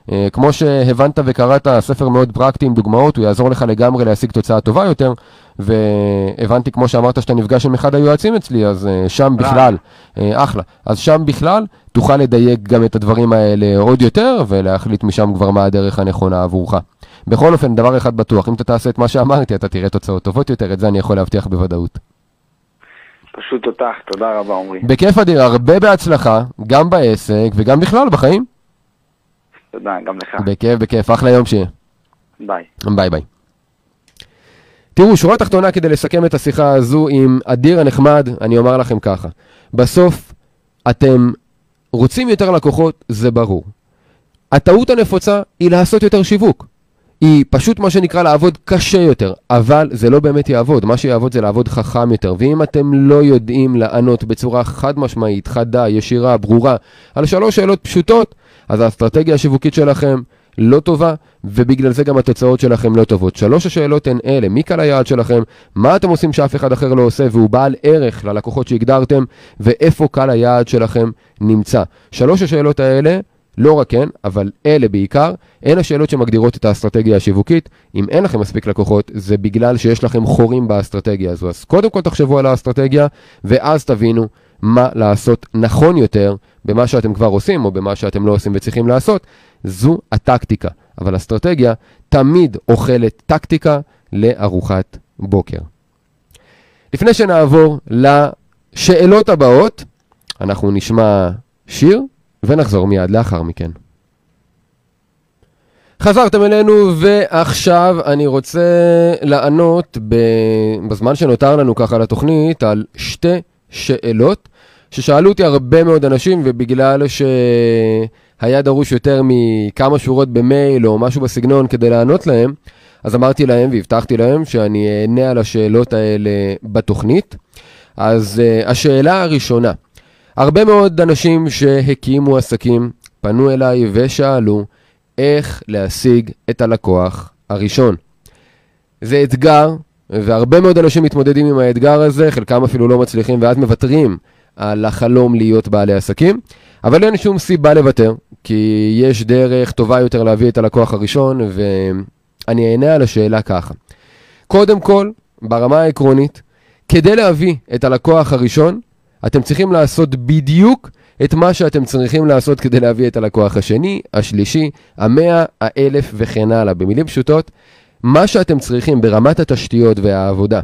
כמו שהבנת וקראת, ספר מאוד פרקטי עם דוגמאות, הוא יעזור לך לגמרי להשיג תוצאה טובה יותר, והבנתי כמו שאמרת שאתה נפגש עם אחד היועצים אצלי, אז שם בכלל, אחלה, אז שם בכלל תוכל לדייק גם את הדברים האלה עוד יותר, ולהחליט משם כבר מה הדרך הנכונה עבורך. בכל אופן, דבר אחד בטוח, אם אתה תעשה את מה שאמרתי, אתה תראה תוצאות טובות יותר, את זה אני יכול להבטיח בוודאות. פשוט אותך, תודה רבה עומרי. בכיף אדיר, הרבה בהצלחה, גם בעסק וגם בכלל בחיים. תודה, גם לך. בכיף, בכיף, אחלה יום שיהיה. ביי. ביי ביי. תראו, שורה תחתונה כדי לסכם את השיחה הזו עם אדיר הנחמד, אני אומר לכם ככה. בסוף, אתם רוצים יותר לקוחות, זה ברור. הטעות הנפוצה היא לעשות יותר שיווק. היא פשוט מה שנקרא לעבוד קשה יותר, אבל זה לא באמת יעבוד. מה שיעבוד זה לעבוד חכם יותר. ואם אתם לא יודעים לענות בצורה חד משמעית, חדה, ישירה, ברורה, על שלוש שאלות פשוטות, אז האסטרטגיה השיווקית שלכם לא טובה, ובגלל זה גם התוצאות שלכם לא טובות. שלוש השאלות הן אלה, מי קהל היעד שלכם, מה אתם עושים שאף אחד אחר לא עושה, והוא בעל ערך ללקוחות שהגדרתם, ואיפה קהל היעד שלכם נמצא. שלוש השאלות האלה, לא רק כן, אבל אלה בעיקר, הן השאלות שמגדירות את האסטרטגיה השיווקית. אם אין לכם מספיק לקוחות, זה בגלל שיש לכם חורים באסטרטגיה הזו. אז קודם כל תחשבו על האסטרטגיה, ואז תבינו מה לעשות נכון יותר במה שאתם כבר עושים, או במה שאתם לא עושים וצריכים לעשות. זו הטקטיקה. אבל אסטרטגיה תמיד אוכלת טקטיקה לארוחת בוקר. לפני שנעבור לשאלות הבאות, אנחנו נשמע שיר, ונחזור מיד לאחר מכן. חזרתם אלינו, ועכשיו אני רוצה לענות בזמן שנותר לנו ככה לתוכנית על שתי שאלות ששאלו אותי הרבה מאוד אנשים, ובגלל שהיה דרוש יותר מכמה שורות במייל או משהו בסגנון כדי לענות להם, אז אמרתי להם והבטחתי להם שאני אענה על השאלות האלה בתוכנית. אז uh, השאלה הראשונה, הרבה מאוד אנשים שהקימו עסקים פנו אליי ושאלו איך להשיג את הלקוח הראשון. זה אתגר, והרבה מאוד אנשים מתמודדים עם האתגר הזה, חלקם אפילו לא מצליחים ואז מוותרים על החלום להיות בעלי עסקים, אבל אין שום סיבה לוותר, כי יש דרך טובה יותר להביא את הלקוח הראשון, ואני אענה על השאלה ככה. קודם כל, ברמה העקרונית, כדי להביא את הלקוח הראשון, אתם צריכים לעשות בדיוק את מה שאתם צריכים לעשות כדי להביא את הלקוח השני, השלישי, המאה, האלף וכן הלאה. במילים פשוטות, מה שאתם צריכים ברמת התשתיות והעבודה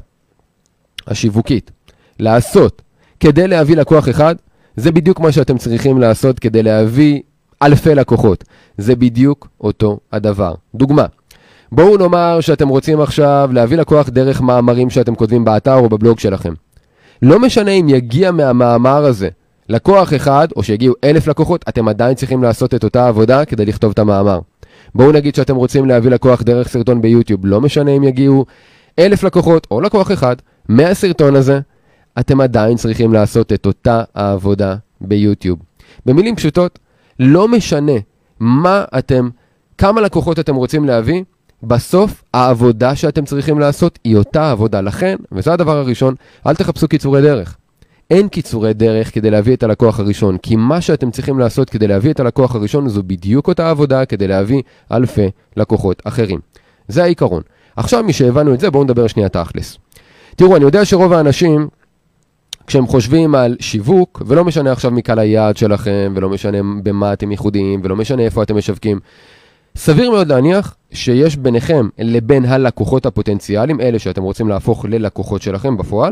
השיווקית לעשות כדי להביא לקוח אחד, זה בדיוק מה שאתם צריכים לעשות כדי להביא אלפי לקוחות. זה בדיוק אותו הדבר. דוגמה, בואו נאמר שאתם רוצים עכשיו להביא לקוח דרך מאמרים שאתם כותבים באתר או בבלוג שלכם. לא משנה אם יגיע מהמאמר הזה לקוח אחד או שיגיעו אלף לקוחות, אתם עדיין צריכים לעשות את אותה עבודה כדי לכתוב את המאמר. בואו נגיד שאתם רוצים להביא לקוח דרך סרטון ביוטיוב, לא משנה אם יגיעו אלף לקוחות או לקוח אחד מהסרטון הזה, אתם עדיין צריכים לעשות את אותה העבודה ביוטיוב. במילים פשוטות, לא משנה מה אתם, כמה לקוחות אתם רוצים להביא, בסוף העבודה שאתם צריכים לעשות היא אותה עבודה. לכן, וזה הדבר הראשון, אל תחפשו קיצורי דרך. אין קיצורי דרך כדי להביא את הלקוח הראשון, כי מה שאתם צריכים לעשות כדי להביא את הלקוח הראשון זו בדיוק אותה עבודה כדי להביא אלפי לקוחות אחרים. זה העיקרון. עכשיו משהבנו את זה, בואו נדבר שנייה תכלס. תראו, אני יודע שרוב האנשים, כשהם חושבים על שיווק, ולא משנה עכשיו מקהל היעד שלכם, ולא משנה במה אתם ייחודיים, ולא משנה איפה אתם משווקים, סביר מאוד להניח שיש ביניכם לבין הלקוחות הפוטנציאליים, אלה שאתם רוצים להפוך ללקוחות שלכם בפועל,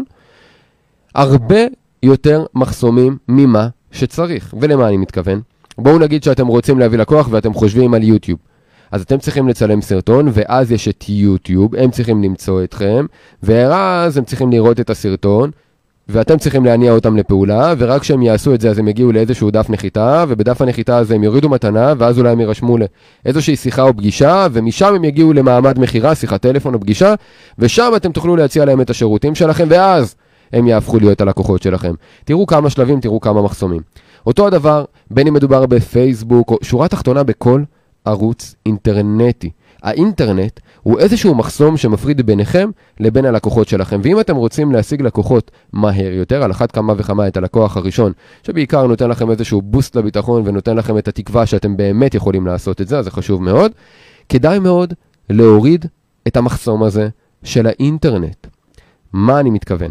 הרבה יותר מחסומים ממה שצריך. ולמה אני מתכוון? בואו נגיד שאתם רוצים להביא לקוח ואתם חושבים על יוטיוב. אז אתם צריכים לצלם סרטון, ואז יש את יוטיוב, הם צריכים למצוא אתכם, ואז הם צריכים לראות את הסרטון, ואתם צריכים להניע אותם לפעולה, ורק כשהם יעשו את זה, אז הם יגיעו לאיזשהו דף נחיתה, ובדף הנחיתה הזה הם יורידו מתנה, ואז אולי הם ירשמו לאיזושהי שיחה או פגישה, ומשם הם יגיעו למעמד מחירה, שיחת טלפון או פגישה, ושם אתם תוכלו להציע להם את השירותים שלכם, ואז הם יהפכו להיות הלקוחות שלכם. תראו כמה שלבים, תראו כמה מחסומים. אותו הדבר, בין אם מדובר בפייסבוק, או שורה תחתונה בכל ערוץ אינטרנטי. האינטרנט הוא איזשהו מחסום שמפריד ביניכם לבין הלקוחות שלכם. ואם אתם רוצים להשיג לקוחות מהר יותר, על אחת כמה וכמה את הלקוח הראשון, שבעיקר נותן לכם איזשהו בוסט לביטחון ונותן לכם את התקווה שאתם באמת יכולים לעשות את זה, אז זה חשוב מאוד. כדאי מאוד להוריד את המחסום הזה של האינטרנט. מה אני מתכוון?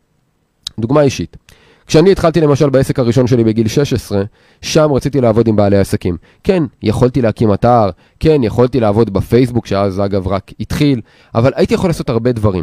דוגמה אישית. כשאני התחלתי למשל בעסק הראשון שלי בגיל שש עשרה, שם רציתי לעבוד עם בעלי עסקים. כן, יכולתי להקים אתר, כן, יכולתי לעבוד בפייסבוק, שאז אגב רק התחיל, אבל הייתי יכול לעשות הרבה דברים.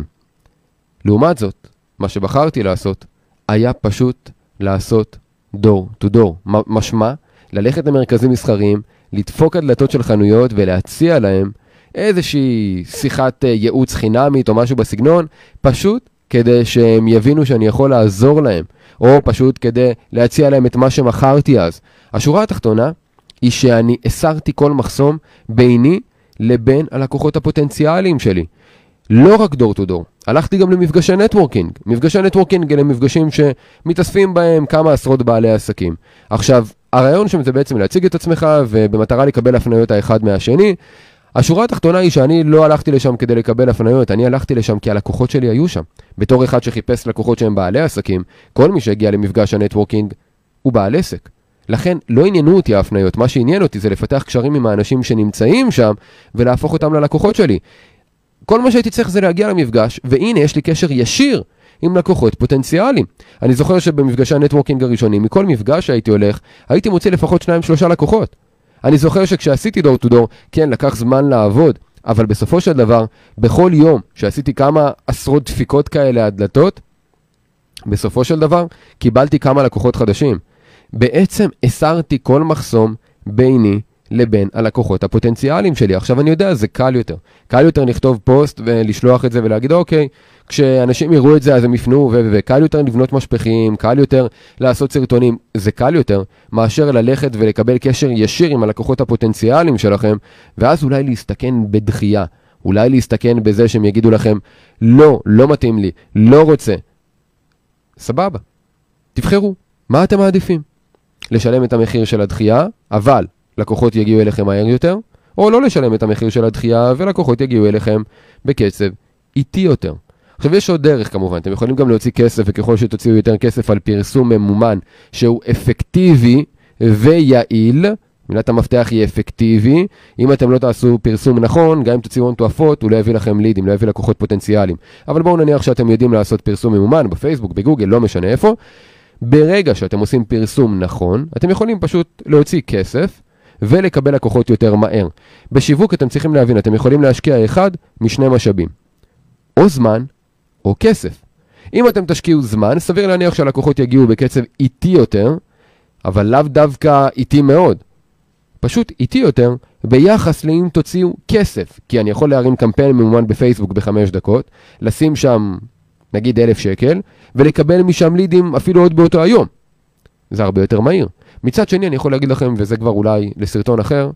לעומת זאת, מה שבחרתי לעשות, היה פשוט לעשות דור טו דור. משמע, ללכת למרכזים מסחריים, לדפוק הדלתות של חנויות ולהציע להם איזושהי שיחת ייעוץ חינמית או משהו בסגנון, פשוט כדי שהם יבינו שאני יכול לעזור להם, או פשוט כדי להציע להם את מה שמכרתי אז. השורה התחתונה היא שאני הסרתי כל מחסום ביני לבין הלקוחות הפוטנציאליים שלי. לא רק דור טו דור, הלכתי גם למפגשי נטוורקינג. מפגשי נטוורקינג אלה מפגשים שמתאספים בהם כמה עשרות בעלי עסקים. עכשיו, הרעיון שם זה בעצם להציג את עצמך ובמטרה לקבל הפניות האחד מהשני. השורה התחתונה היא שאני לא הלכתי לשם כדי לקבל הפניות, אני הלכתי לשם כי הלקוחות שלי היו שם. בתור אחד שחיפש לקוחות שהם בעלי עסקים, כל מי שהגיע למפגש הנטוורקינג הוא בעל עסק. לכן לא עניינו אותי ההפניות, מה שעניין אותי זה לפתח קשרים עם האנשים שנמצאים שם ולהפוך אותם ללקוחות שלי. כל מה שהייתי צריך זה להגיע למפגש, והנה יש לי קשר ישיר עם לקוחות פוטנציאליים. אני זוכר שבמפגשי הנטוורקינג הראשונים, מכל מפגש שהייתי הולך, הייתי מוציא לפחות שניים שלושה לקוחות. אני זוכר שכשעשיתי דור טו דור, כן, לקח זמן לעבוד, אבל בסופו של דבר, בכל יום שעשיתי כמה עשרות דפיקות כאלה הדלתות, בסופו של דבר, קיבלתי כמה לקוחות חדשים. בעצם הסרתי כל מחסום ביני לבין הלקוחות הפוטנציאליים שלי. עכשיו אני יודע, זה קל יותר. קל יותר לכתוב פוסט ולשלוח את זה ולהגיד, אוקיי, כשאנשים יראו את זה אז הם יפנו, וקל יותר לבנות משפחים, קל יותר לעשות סרטונים, זה קל יותר, מאשר ללכת ולקבל קשר ישיר עם הלקוחות הפוטנציאליים שלכם, ואז אולי להסתכן בדחייה, אולי להסתכן בזה שהם יגידו לכם, לא, לא מתאים לי, לא רוצה. סבבה. תבחרו, מה אתם מעדיפים? לשלם את המחיר של הדחייה, אבל לקוחות יגיעו אליכם מהר יותר, או לא לשלם את המחיר של הדחייה, ולקוחות יגיעו אליכם בקצב איטי יותר. עכשיו יש עוד דרך כמובן, אתם יכולים גם להוציא כסף, וככל שתוציאו יותר כסף על פרסום ממומן, שהוא אפקטיבי ויעיל, מילת המפתח היא אפקטיבי, אם אתם לא תעשו פרסום נכון, גם אם תוציאו הון תועפות, הוא לא יביא לכם לידים, לא יביא לקוחות פוטנציאליים. אבל בואו נניח שאתם יודעים לעשות פרסום ממומן, בפייסבוק, בגוגל, לא משנה איפה, ברגע שאתם עושים פרסום נכון, אתם יכולים פשוט להוציא כסף, ולקבל לקוחות יותר מהר. בשיווק אתם צריכים להבין, אתם יכולים להשקיע אחד משני משאבים. או זמן, או כסף. אם אתם תשקיעו זמן, סביר להניח שהלקוחות יגיעו בקצב איטי יותר, אבל לאו דווקא איטי מאוד. פשוט איטי יותר, ביחס לאם תוציאו כסף. כי אני יכול להרים קמפיין ממומן בפייסבוק בחמש דקות, לשים שם, נגיד אלף שקל, ולקבל משם לידים אפילו עוד באותו היום. זה הרבה יותר מהיר. מצד שני, אני יכול להגיד לכם, וזה כבר אולי לסרטון אחר,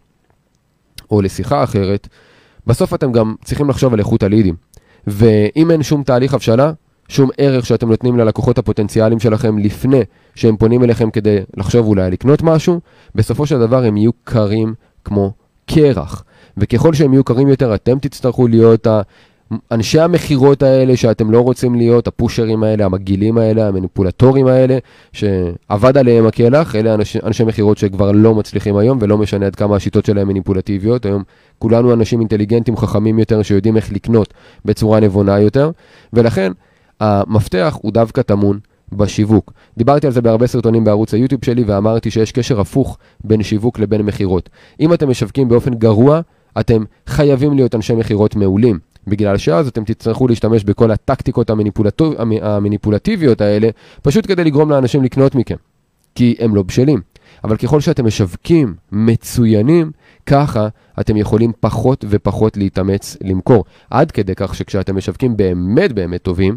או לשיחה אחרת, בסוף אתם גם צריכים לחשוב על איכות הלידים. ואם אין שום תהליך הבשלה, שום ערך שאתם נותנים ללקוחות הפוטנציאליים שלכם לפני שהם פונים אליכם כדי לחשוב אולי לקנות משהו, בסופו של דבר הם יהיו קרים כמו קרח. וככל שהם יהיו קרים יותר, אתם תצטרכו להיות אנשי המחירות האלה שאתם לא רוצים להיות, הפושרים האלה, המגילים האלה, המניפולטורים האלה, שעבד עליהם הכלח, אלה אנשי, אנשי מחירות שכבר לא מצליחים היום, ולא משנה עד כמה השיטות שלהם מניפולטיביות. היום כולנו אנשים אינטליגנטים, חכמים יותר, שיודעים איך לקנות בצורה נבונה יותר, ולכן המפתח הוא דווקא תמון בשיווק. דיברתי על זה בהרבה סרטונים בערוץ היוטיוב שלי, ואמרתי שיש קשר הפוך בין שיווק לבין מחירות. אם אתם משווקים באופן גרוע, אתם חייבים להיות אנשי מחירות מעולים. בגלל שאז אתם תצטרכו להשתמש בכל הטקטיקות המניפולטיב... המניפולטיביות האלה, פשוט כדי לגרום לאנשים לקנות מכם. כי הם לא בשלים. אבל ככל שאתם משווקים מצוינים, ככה אתם יכולים פחות ופחות להתאמץ למכור. עד כדי כך שכשאתם משווקים באמת באמת טובים,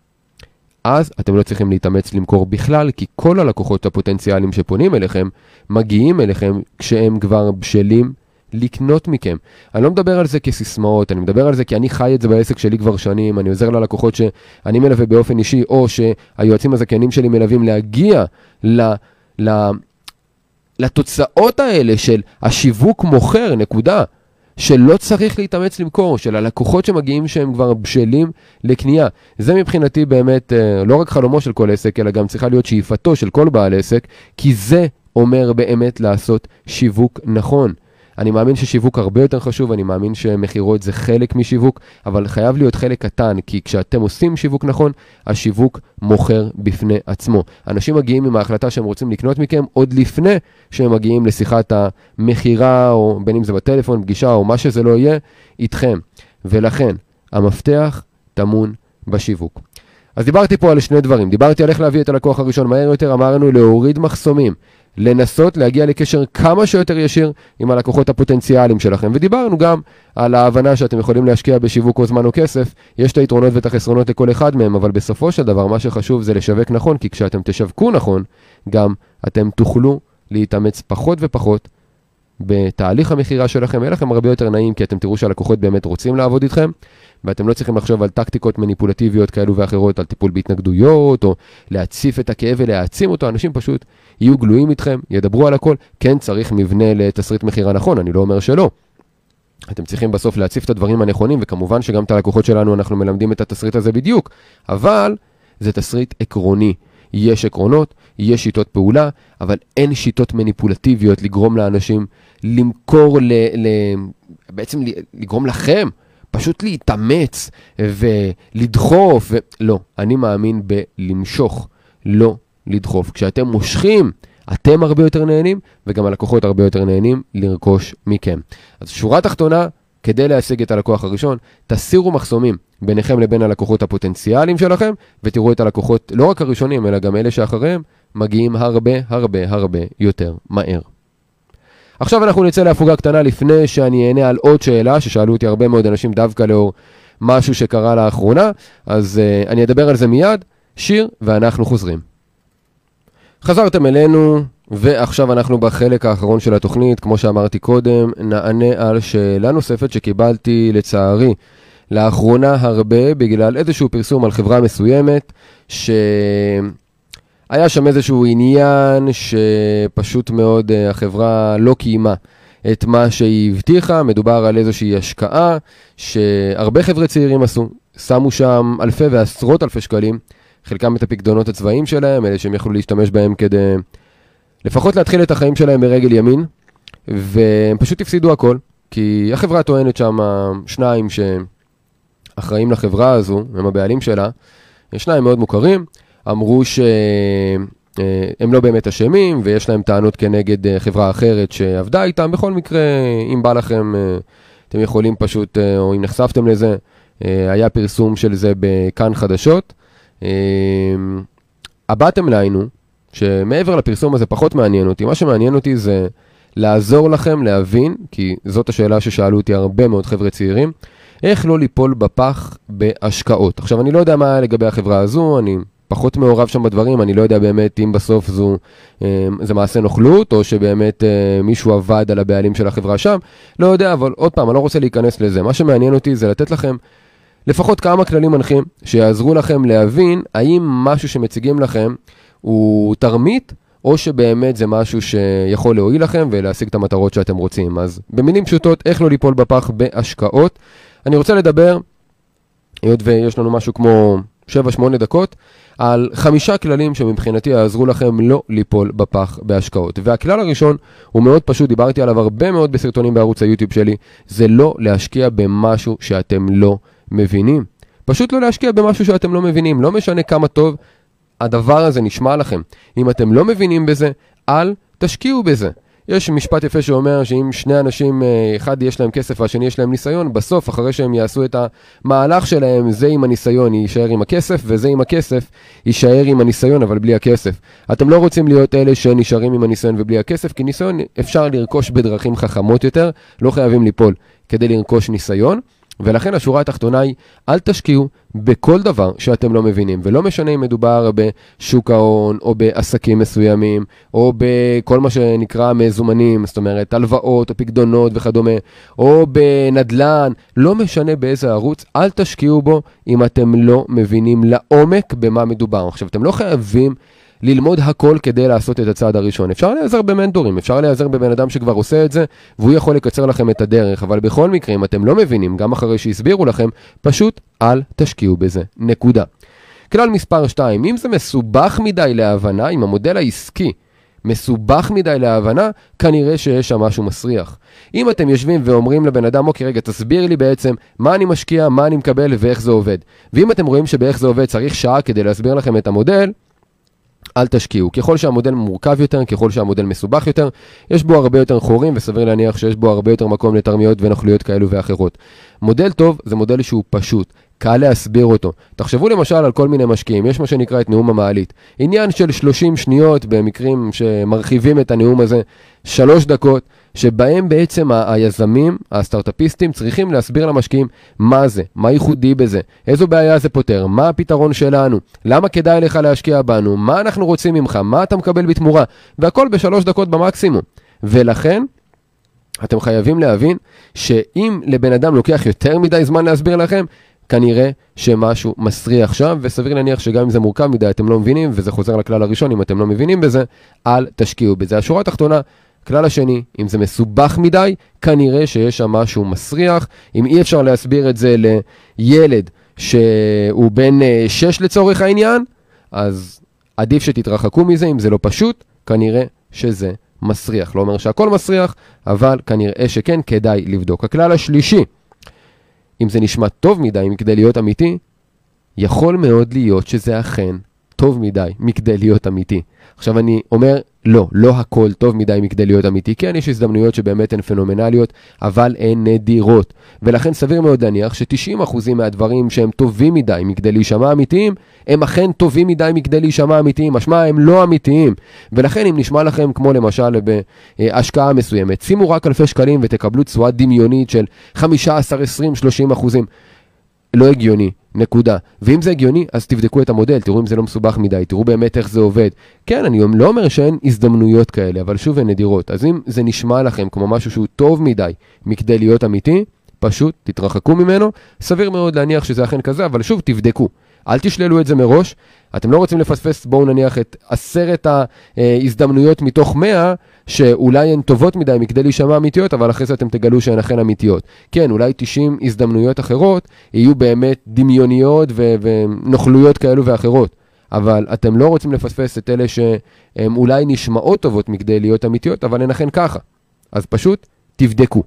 אז אתם לא צריכים להתאמץ למכור בכלל, כי כל הלקוחות הפוטנציאליים שפונים אליכם, מגיעים אליכם כשהם כבר בשלים לקנות מכם. אני לא מדבר על זה כסיסמאות, אני מדבר על זה כי אני חי את זה בעסק שלי כבר שנים, אני עוזר ללקוחות שאני מלווה באופן אישי, או שהיועצים הזכיינים שלי מלווים להגיע ל... ל... לתוצאות האלה של השיווק מוכר, נקודה. שלא צריך להתאמץ למכור, של הלקוחות שמגיעים שהם כבר בשלים לקנייה. זה מבחינתי באמת לא רק חלומו של כל עסק, אלא גם צריכה להיות שאיפתו של כל בעל עסק, כי זה אומר באמת לעשות שיווק נכון. אני מאמין ששיווק הרבה יותר חשוב, אני מאמין שמחירות זה חלק משיווק, אבל חייב להיות חלק קטן, כי כשאתם עושים שיווק נכון, השיווק מוכר בפני עצמו. אנשים מגיעים עם ההחלטה שהם רוצים לקנות מכם, עוד לפני שהם מגיעים לשיחת המחירה, או בין אם זה בטלפון, פגישה, או מה שזה לא יהיה, איתכם. ולכן, המפתח טמון בשיווק. אז דיברתי פה על שני דברים. דיברתי על איך להביא את הלקוח הראשון מהר יותר, אמרנו להוריד מחסומים. לנסות להגיע לקשר כמה שיותר ישיר עם הלקוחות הפוטנציאליים שלכם. ודיברנו גם על ההבנה שאתם יכולים להשקיע בשיווק או זמן או כסף. יש את היתרונות ואת החסרונות לכל אחד מהם, אבל בסופו של דבר מה שחשוב זה לשווק נכון, כי כשאתם תשווקו נכון, גם אתם תוכלו להתאמץ פחות ופחות בתהליך המחירה שלכם. יהיה לכם הרבה יותר נעים, כי אתם תראו שהלקוחות באמת רוצים לעבוד איתכם, ואתם לא צריכים לחשוב על טקטיקות מניפולטיביות כאלו ואחרות, על טיפול בהתנגדויות, או להציף את הכאב ולהעצים אותו. אנשים פשוט יהיו גלויים איתכם, ידברו על הכל. כן, צריך מבנה לתסריט מחירה נכון, אני לא אומר שלא. אתם צריכים בסוף להציף את הדברים הנכונים, וכמובן שגם את הלקוחות שלנו אנחנו מלמדים את התסריט הזה בדיוק, אבל זה תסריט עקרוני. יש עקרונות, יש שיטות פעולה, אבל אין שיטות מניפולטיביות לגרום לאנשים למכור, ל, ל, בעצם לגרום לכם, פשוט להתאמץ ולדחוף. ו... לא, אני מאמין בלמשוך, לא לדחוף. כשאתם מושכים, אתם הרבה יותר נהנים, וגם הלקוחות הרבה יותר נהנים לרכוש מכם. אז שורה תחתונה, כדי להשיג את הלקוח הראשון, תסירו מחסומים ביניכם לבין הלקוחות הפוטנציאליים שלכם, ותראו את הלקוחות, לא רק הראשונים, אלא גם אלה שאחריהם, מגיעים הרבה הרבה הרבה יותר מהר. עכשיו אנחנו נצא להפוגה קטנה לפני שאני אענה על עוד שאלה, ששאלו אותי הרבה מאוד אנשים דווקא לאור משהו שקרה לאחרונה, אז uh, אני אדבר על זה מיד, שיר, ואנחנו חוזרים. חזרתם אלינו, ועכשיו אנחנו בחלק האחרון של התוכנית. כמו שאמרתי קודם, נענה על שאלה נוספת שקיבלתי לצערי לאחרונה הרבה, בגלל איזשהו פרסום על חברה מסוימת, שהיה שם איזשהו עניין שפשוט מאוד החברה לא קיימה את מה שהיא הבטיחה. מדובר על איזושהי השקעה שהרבה חבר'ה צעירים עשו, שמו שם אלפי ועשרות אלפי שקלים, חלקם את הפקדונות הצבאיים שלהם, אלה שהם יכלו להשתמש בהם כדי לפחות להתחיל את החיים שלהם ברגל ימין, והם פשוט הפסידו הכל, כי החברה טוענת שם שניים שאחראים לחברה הזו, הם הבעלים שלה, שניים מאוד מוכרים, אמרו שהם לא באמת אשמים, ויש להם טענות כנגד חברה אחרת שעבדה איתם. בכל מקרה, אם בא לכם, אתם יכולים פשוט, או אם נחשפתם לזה, היה פרסום של זה בכאן חדשות. הבאתם לנו, שמעבר לפרסום הזה פחות מעניין אותי, מה שמעניין אותי זה לעזור לכם להבין, כי זאת השאלה ששאלו אותי הרבה מאוד חבר'ה צעירים, איך לא ליפול בפח בהשקעות. עכשיו, אני לא יודע מה לגבי החברה הזו, אני פחות מעורב שם בדברים, אני לא יודע באמת אם בסוף זו, זה מעשה נוכלות, או שבאמת מישהו עבד על הבעלים של החברה שם, לא יודע, אבל עוד פעם, אני לא רוצה להיכנס לזה. מה שמעניין אותי זה לתת לכם לפחות כמה כללים מנחים, שיעזרו לכם להבין האם משהו שמציגים לכם הוא תרמית, או שבאמת זה משהו שיכול להועיל לכם ולהשיג את המטרות שאתם רוצים. אז במילים פשוטות, איך לא ליפול בפח בהשקעות. אני רוצה לדבר, היות ויש לנו משהו כמו שבע שמונה דקות, על חמישה כללים שמבחינתי יעזרו לכם לא ליפול בפח בהשקעות. והכלל הראשון הוא מאוד פשוט, דיברתי עליו הרבה מאוד בסרטונים בערוץ היוטיוב שלי, זה לא להשקיע במשהו שאתם לא מבינים. פשוט לא להשקיע במשהו שאתם לא מבינים, לא משנה כמה טוב הדבר הזה נשמע לכם. אם אתם לא מבינים בזה, אל תשקיעו בזה. יש משפט יפה שאומר שאם שני אנשים, אחד יש להם כסף והשני יש להם ניסיון, בסוף אחרי שהם יעשו את המהלך שלהם, זה עם הניסיון יישאר עם הכסף, וזה עם הכסף יישאר עם הניסיון אבל בלי הכסף. אתם לא רוצים להיות אלה שנשארים עם הניסיון ובלי הכסף, כי ניסיון אפשר לרכוש בדרכים חכמות יותר, לא חייבים ליפול כדי לרכוש ניסיון. ולכן השורה התחתונה היא, אל תשקיעו בכל דבר שאתם לא מבינים, ולא משנה אם מדובר בשוק ההון, או בעסקים מסוימים, או בכל מה שנקרא מזומנים, זאת אומרת, הלוואות, או פקדונות וכדומה, או בנדלן, לא משנה באיזה ערוץ, אל תשקיעו בו אם אתם לא מבינים לעומק במה מדובר. עכשיו, אתם לא חייבים ללמוד הכל כדי לעשות את הצעד הראשון. אפשר להיעזר במנטורים, אפשר להיעזר בבן אדם שכבר עושה את זה, והוא יכול לקצר לכם את הדרך, אבל בכל מקרה, אם אתם לא מבינים, גם אחרי שהסבירו לכם, פשוט אל תשקיעו בזה. נקודה. כלל מספר שתיים, אם זה מסובך מדי להבנה, אם המודל העסקי מסובך מדי להבנה, כנראה שיש שם משהו מסריח. אם אתם יושבים ואומרים לבן אדם, אוקיי, רגע, תסביר לי בעצם מה אני משקיע, מה אני מקבל ואיך זה עובד. ואם אתם רואים שבאיך זה עובד צריך שעה כדי להסביר לכם את המודל, אל תשקיעו. ככל שהמודל מורכב יותר, ככל שהמודל מסובך יותר, יש בו הרבה יותר חורים, וסביר להניח שיש בו הרבה יותר מקום לתרמיות ונוכלויות כאלו ואחרות. מודל טוב זה מודל שהוא פשוט, קל להסביר אותו. תחשבו למשל על כל מיני משקיעים, יש מה שנקרא את נאום המעלית. עניין של שלושים שניות במקרים שמרחיבים את הנאום הזה, שלוש דקות, שבהם בעצם היזמים, הסטארט-אפיסטים, צריכים להסביר למשקיעים מה זה, מה ייחודי בזה, איזו בעיה זה פותר, מה הפתרון שלנו, למה כדאי לך להשקיע בנו, מה אנחנו רוצים ממך, מה אתה מקבל בתמורה, והכל בשלוש דקות במקסימום. ולכן, אתם חייבים להבין שאם לבן אדם לוקח יותר מדי זמן להסביר לכם, כנראה שמשהו מסריח שם, וסביר להניח שגם אם זה מורכב מדי אתם לא מבינים, וזה חוזר לכלל הראשון, אם אתם לא מבינים בזה, אל תשקיעו בזה. השורה התחתונה, כלל השני, אם זה מסובך מדי, כנראה שיש שם משהו מסריח. אם אי אפשר להסביר את זה לילד שהוא בן שש לצורך העניין, אז עדיף שתתרחקו מזה. אם זה לא פשוט, כנראה שזה מסריח. לא אומר שהכל מסריח, אבל כנראה שכן כדאי לבדוק. הכלל השלישי, אם זה נשמע טוב מדי מכדי להיות אמיתי, יכול מאוד להיות שזה אכן טוב מדי מכדי להיות אמיתי. עכשיו אני אומר, לא, לא הכל טוב מדי מכדי להיות אמיתי. כן, יש הזדמנויות שבאמת הן פנומנליות, אבל הן נדירות. ולכן סביר מאוד להניח ש-תשעים אחוז מהדברים שהם טובים מדי מכדי להישמע אמיתיים, הם אכן טובים מדי מכדי להישמע אמיתיים. משמע, הם לא אמיתיים. ולכן אם נשמע לכם כמו למשל בהשקעה מסוימת, שימו רק אלפי שקלים ותקבלו תשואה דמיונית של חמישה עשר, עשרים, שלושים אחוזים. לא הגיוני, נקודה. ואם זה הגיוני, אז תבדקו את המודל, תראו אם זה לא מסובך מדי, תראו באמת איך זה עובד. כן, אני לא אומר שאין הזדמנויות כאלה, אבל שוב הן נדירות. אז אם זה נשמע לכם כמו משהו שהוא טוב מדי מכדי להיות אמיתי, פשוט תתרחקו ממנו. סביר מאוד להניח שזה אכן כזה, אבל שוב תבדקו. אל תשללו את זה מראש. אתם לא רוצים לפספס, בואו נניח את עשרת ההזדמנויות מתוך מאה, שאולי הן טובות מדי מכדי להישמע אמיתיות, אבל אחרי זה אתם תגלו שהן אכן אמיתיות. כן, אולי תשעים הזדמנויות אחרות יהיו באמת דמיוניות ו- ונוכלויות כאלו ואחרות. אבל אתם לא רוצים לפספס את אלה שהן אולי נשמעות טובות מכדי להיות אמיתיות, אבל הן אכן ככה. אז פשוט תבדקו.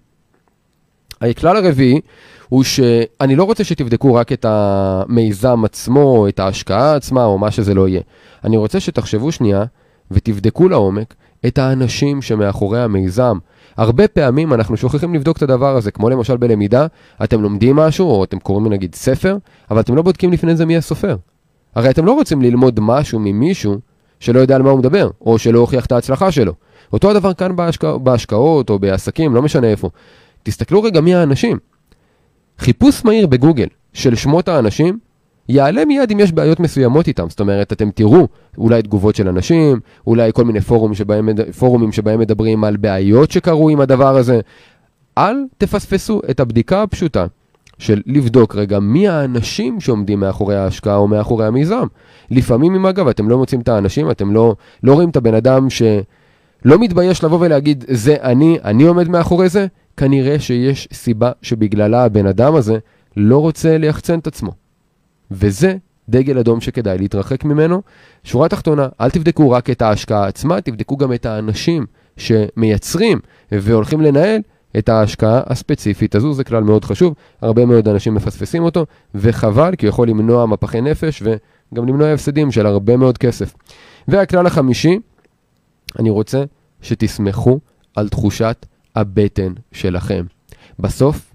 הכלל הרביעי הוא שאני לא רוצה שתבדקו רק את המיזם עצמו, את ההשקעה עצמה או מה שזה לא יהיה. אני רוצה שתחשבו שנייה ותבדקו לעומק את האנשים שמאחורי המיזם. הרבה פעמים אנחנו שוכחים לבדוק את הדבר הזה, כמו למשל בלמידה, אתם לומדים משהו או אתם קוראים נגיד ספר, אבל אתם לא בודקים לפני זה מי הסופר. הרי אתם לא רוצים ללמוד משהו ממישהו שלא יודע על מה הוא מדבר, או שלא הוכיח את ההצלחה שלו. אותו הדבר כאן בהשקע... בהשקעות או בעסקים, לא משנה איפה. תסתכלו רגע מי האנשים. חיפוש מהיר בגוגל של שמות האנשים, יעלה מיד אם יש בעיות מסוימות איתם. זאת אומרת, אתם תראו אולי תגובות של אנשים, אולי כל מיני פורומים שבהם, פורומים שבהם מדברים על בעיות שקרו עם הדבר הזה. אל תפספסו את הבדיקה הפשוטה של לבדוק רגע מי האנשים שעומדים מאחורי ההשקעה או מאחורי המיזם. לפעמים אם אגב אתם לא מוצאים את האנשים, אתם לא, לא רואים את הבן אדם שלא מתבייש לבוא ולהגיד זה אני, אני עומד מאחורי זה, כנראה שיש סיבה שבגללה הבן אדם הזה לא רוצה ליחצן את עצמו. וזה דגל אדום שכדאי להתרחק ממנו. שורה תחתונה, אל תבדקו רק את ההשקעה עצמה, תבדקו גם את האנשים שמייצרים והולכים לנהל את ההשקעה הספציפית הזו. זה כלל מאוד חשוב, הרבה מאוד אנשים מפספסים אותו, וחבל כי הוא יכול למנוע מפחי נפש וגם למנוע הפסדים של הרבה מאוד כסף. והכלל החמישי, אני רוצה שתסמכו על תחושת הבטן שלכם. בסוף,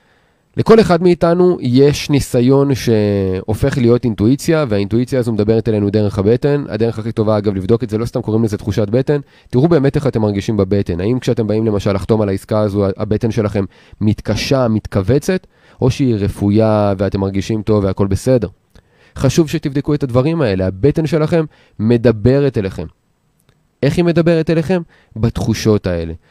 לכל אחד מאיתנו יש ניסיון שהופך להיות אינטואיציה, והאינטואיציה הזו מדברת אלינו דרך הבטן. הדרך הכי טובה אגב לבדוק את זה, לא סתם קוראים לזה תחושת בטן. תראו באמת איך אתם מרגישים בבטן. האם כשאתם באים למשל לחתום על העסקה הזו, הבטן שלכם מתקשה, מתכווצת, או שהיא רפויה ואתם מרגישים טוב והכל בסדר. חשוב שתבדקו את הדברים האלה. הבטן שלכם מדברת אליכם. איך היא מדברת אליכם? בתחושות האלה.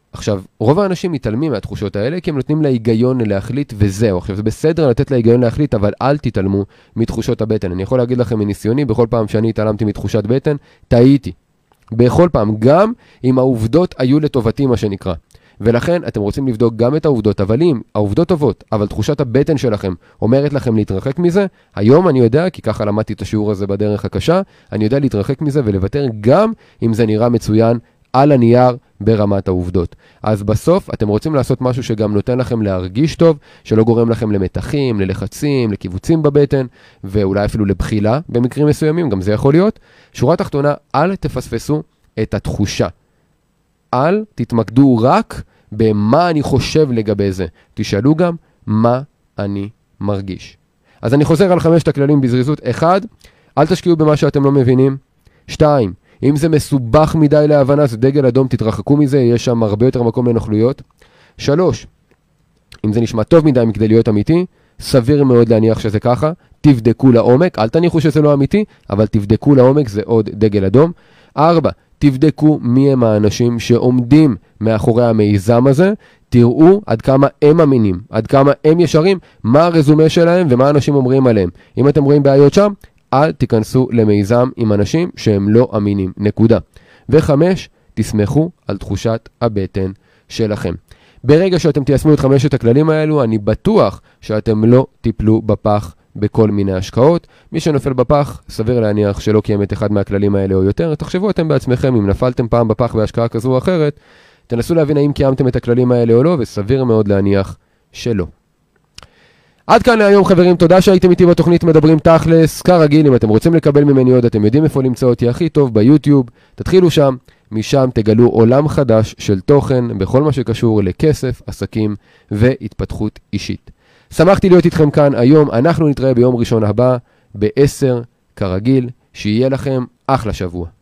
עכשיו, רוב האנשים מתעלמים מהתחושות האלה, כי הם נותנים להיגיון להחליט וזהו. עכשיו, זה בסדר לתת להיגיון להחליט, אבל אל תתעלמו מתחושות הבטן. אני יכול להגיד לכם מניסיוני, בכל פעם שאני התעלמתי מתחושת בטן, טעיתי. בכל פעם, גם אם העובדות היו לטובתי, מה שנקרא. ולכן, אתם רוצים לבדוק גם את העובדות, אבל אם העובדות טובות, אבל תחושת הבטן שלכם אומרת לכם להתרחק מזה, היום אני יודע, כי ככה למדתי את השיעור הזה בדרך הקשה, אני יודע להתרחק מזה ולוותר גם אם זה נראה מצוין על הנייר ברמת העובדות. אז בסוף אתם רוצים לעשות משהו שגם נותן לכם להרגיש טוב, שלא גורם לכם למתחים, ללחצים, לקיבוצים בבטן, ואולי אפילו לבחילה במקרים מסוימים, גם זה יכול להיות. שורה תחתונה, אל תפספסו את התחושה. אל תתמקדו רק במה אני חושב לגבי זה. תשאלו גם מה אני מרגיש. אז אני חוזר על חמשת הכללים בזריזות. אחד, אל תשקיעו במה שאתם לא מבינים. שתיים, אם זה מסובך מדי להבנה, זה דגל אדום, תתרחקו מזה, יש שם הרבה יותר מקום לנוכלויות. שלוש, אם זה נשמע טוב מדי מכדי להיות אמיתי, סביר מאוד להניח שזה ככה, תבדקו לעומק, אל תניחו שזה לא אמיתי, אבל תבדקו לעומק, זה עוד דגל אדום. ארבע, תבדקו מי הם האנשים שעומדים מאחורי המיזם הזה, תראו עד כמה הם אמינים, עד כמה הם ישרים, מה הרזומה שלהם ומה אנשים אומרים עליהם. אם אתם רואים בעיות שם, אל תיכנסו למיזם עם אנשים שהם לא אמינים, נקודה. וחמש, תסמכו על תחושת הבטן שלכם. ברגע שאתם תיישמו את חמשת הכללים האלו, אני בטוח שאתם לא תיפלו בפח בכל מיני השקעות. מי שנופל בפח, סביר להניח שלא קיים את אחד מהכללים האלה או יותר. תחשבו אתם בעצמכם, אם נפלתם פעם בפח בהשקעה כזו או אחרת, תנסו להבין האם קיימתם את הכללים האלה או לא, וסביר מאוד להניח שלא. עד כאן להיום חברים, תודה שהייתם איתי בתוכנית מדברים תכלס. כרגיל, אם אתם רוצים לקבל ממני עוד, אתם יודעים איפה למצוא אותי הכי טוב, ביוטיוב. תתחילו שם, משם תגלו עולם חדש של תוכן בכל מה שקשור לכסף, עסקים והתפתחות אישית. שמחתי להיות איתכם כאן היום, אנחנו נתראה ביום ראשון הבא ב-עשר, כרגיל, שיהיה לכם אחלה שבוע.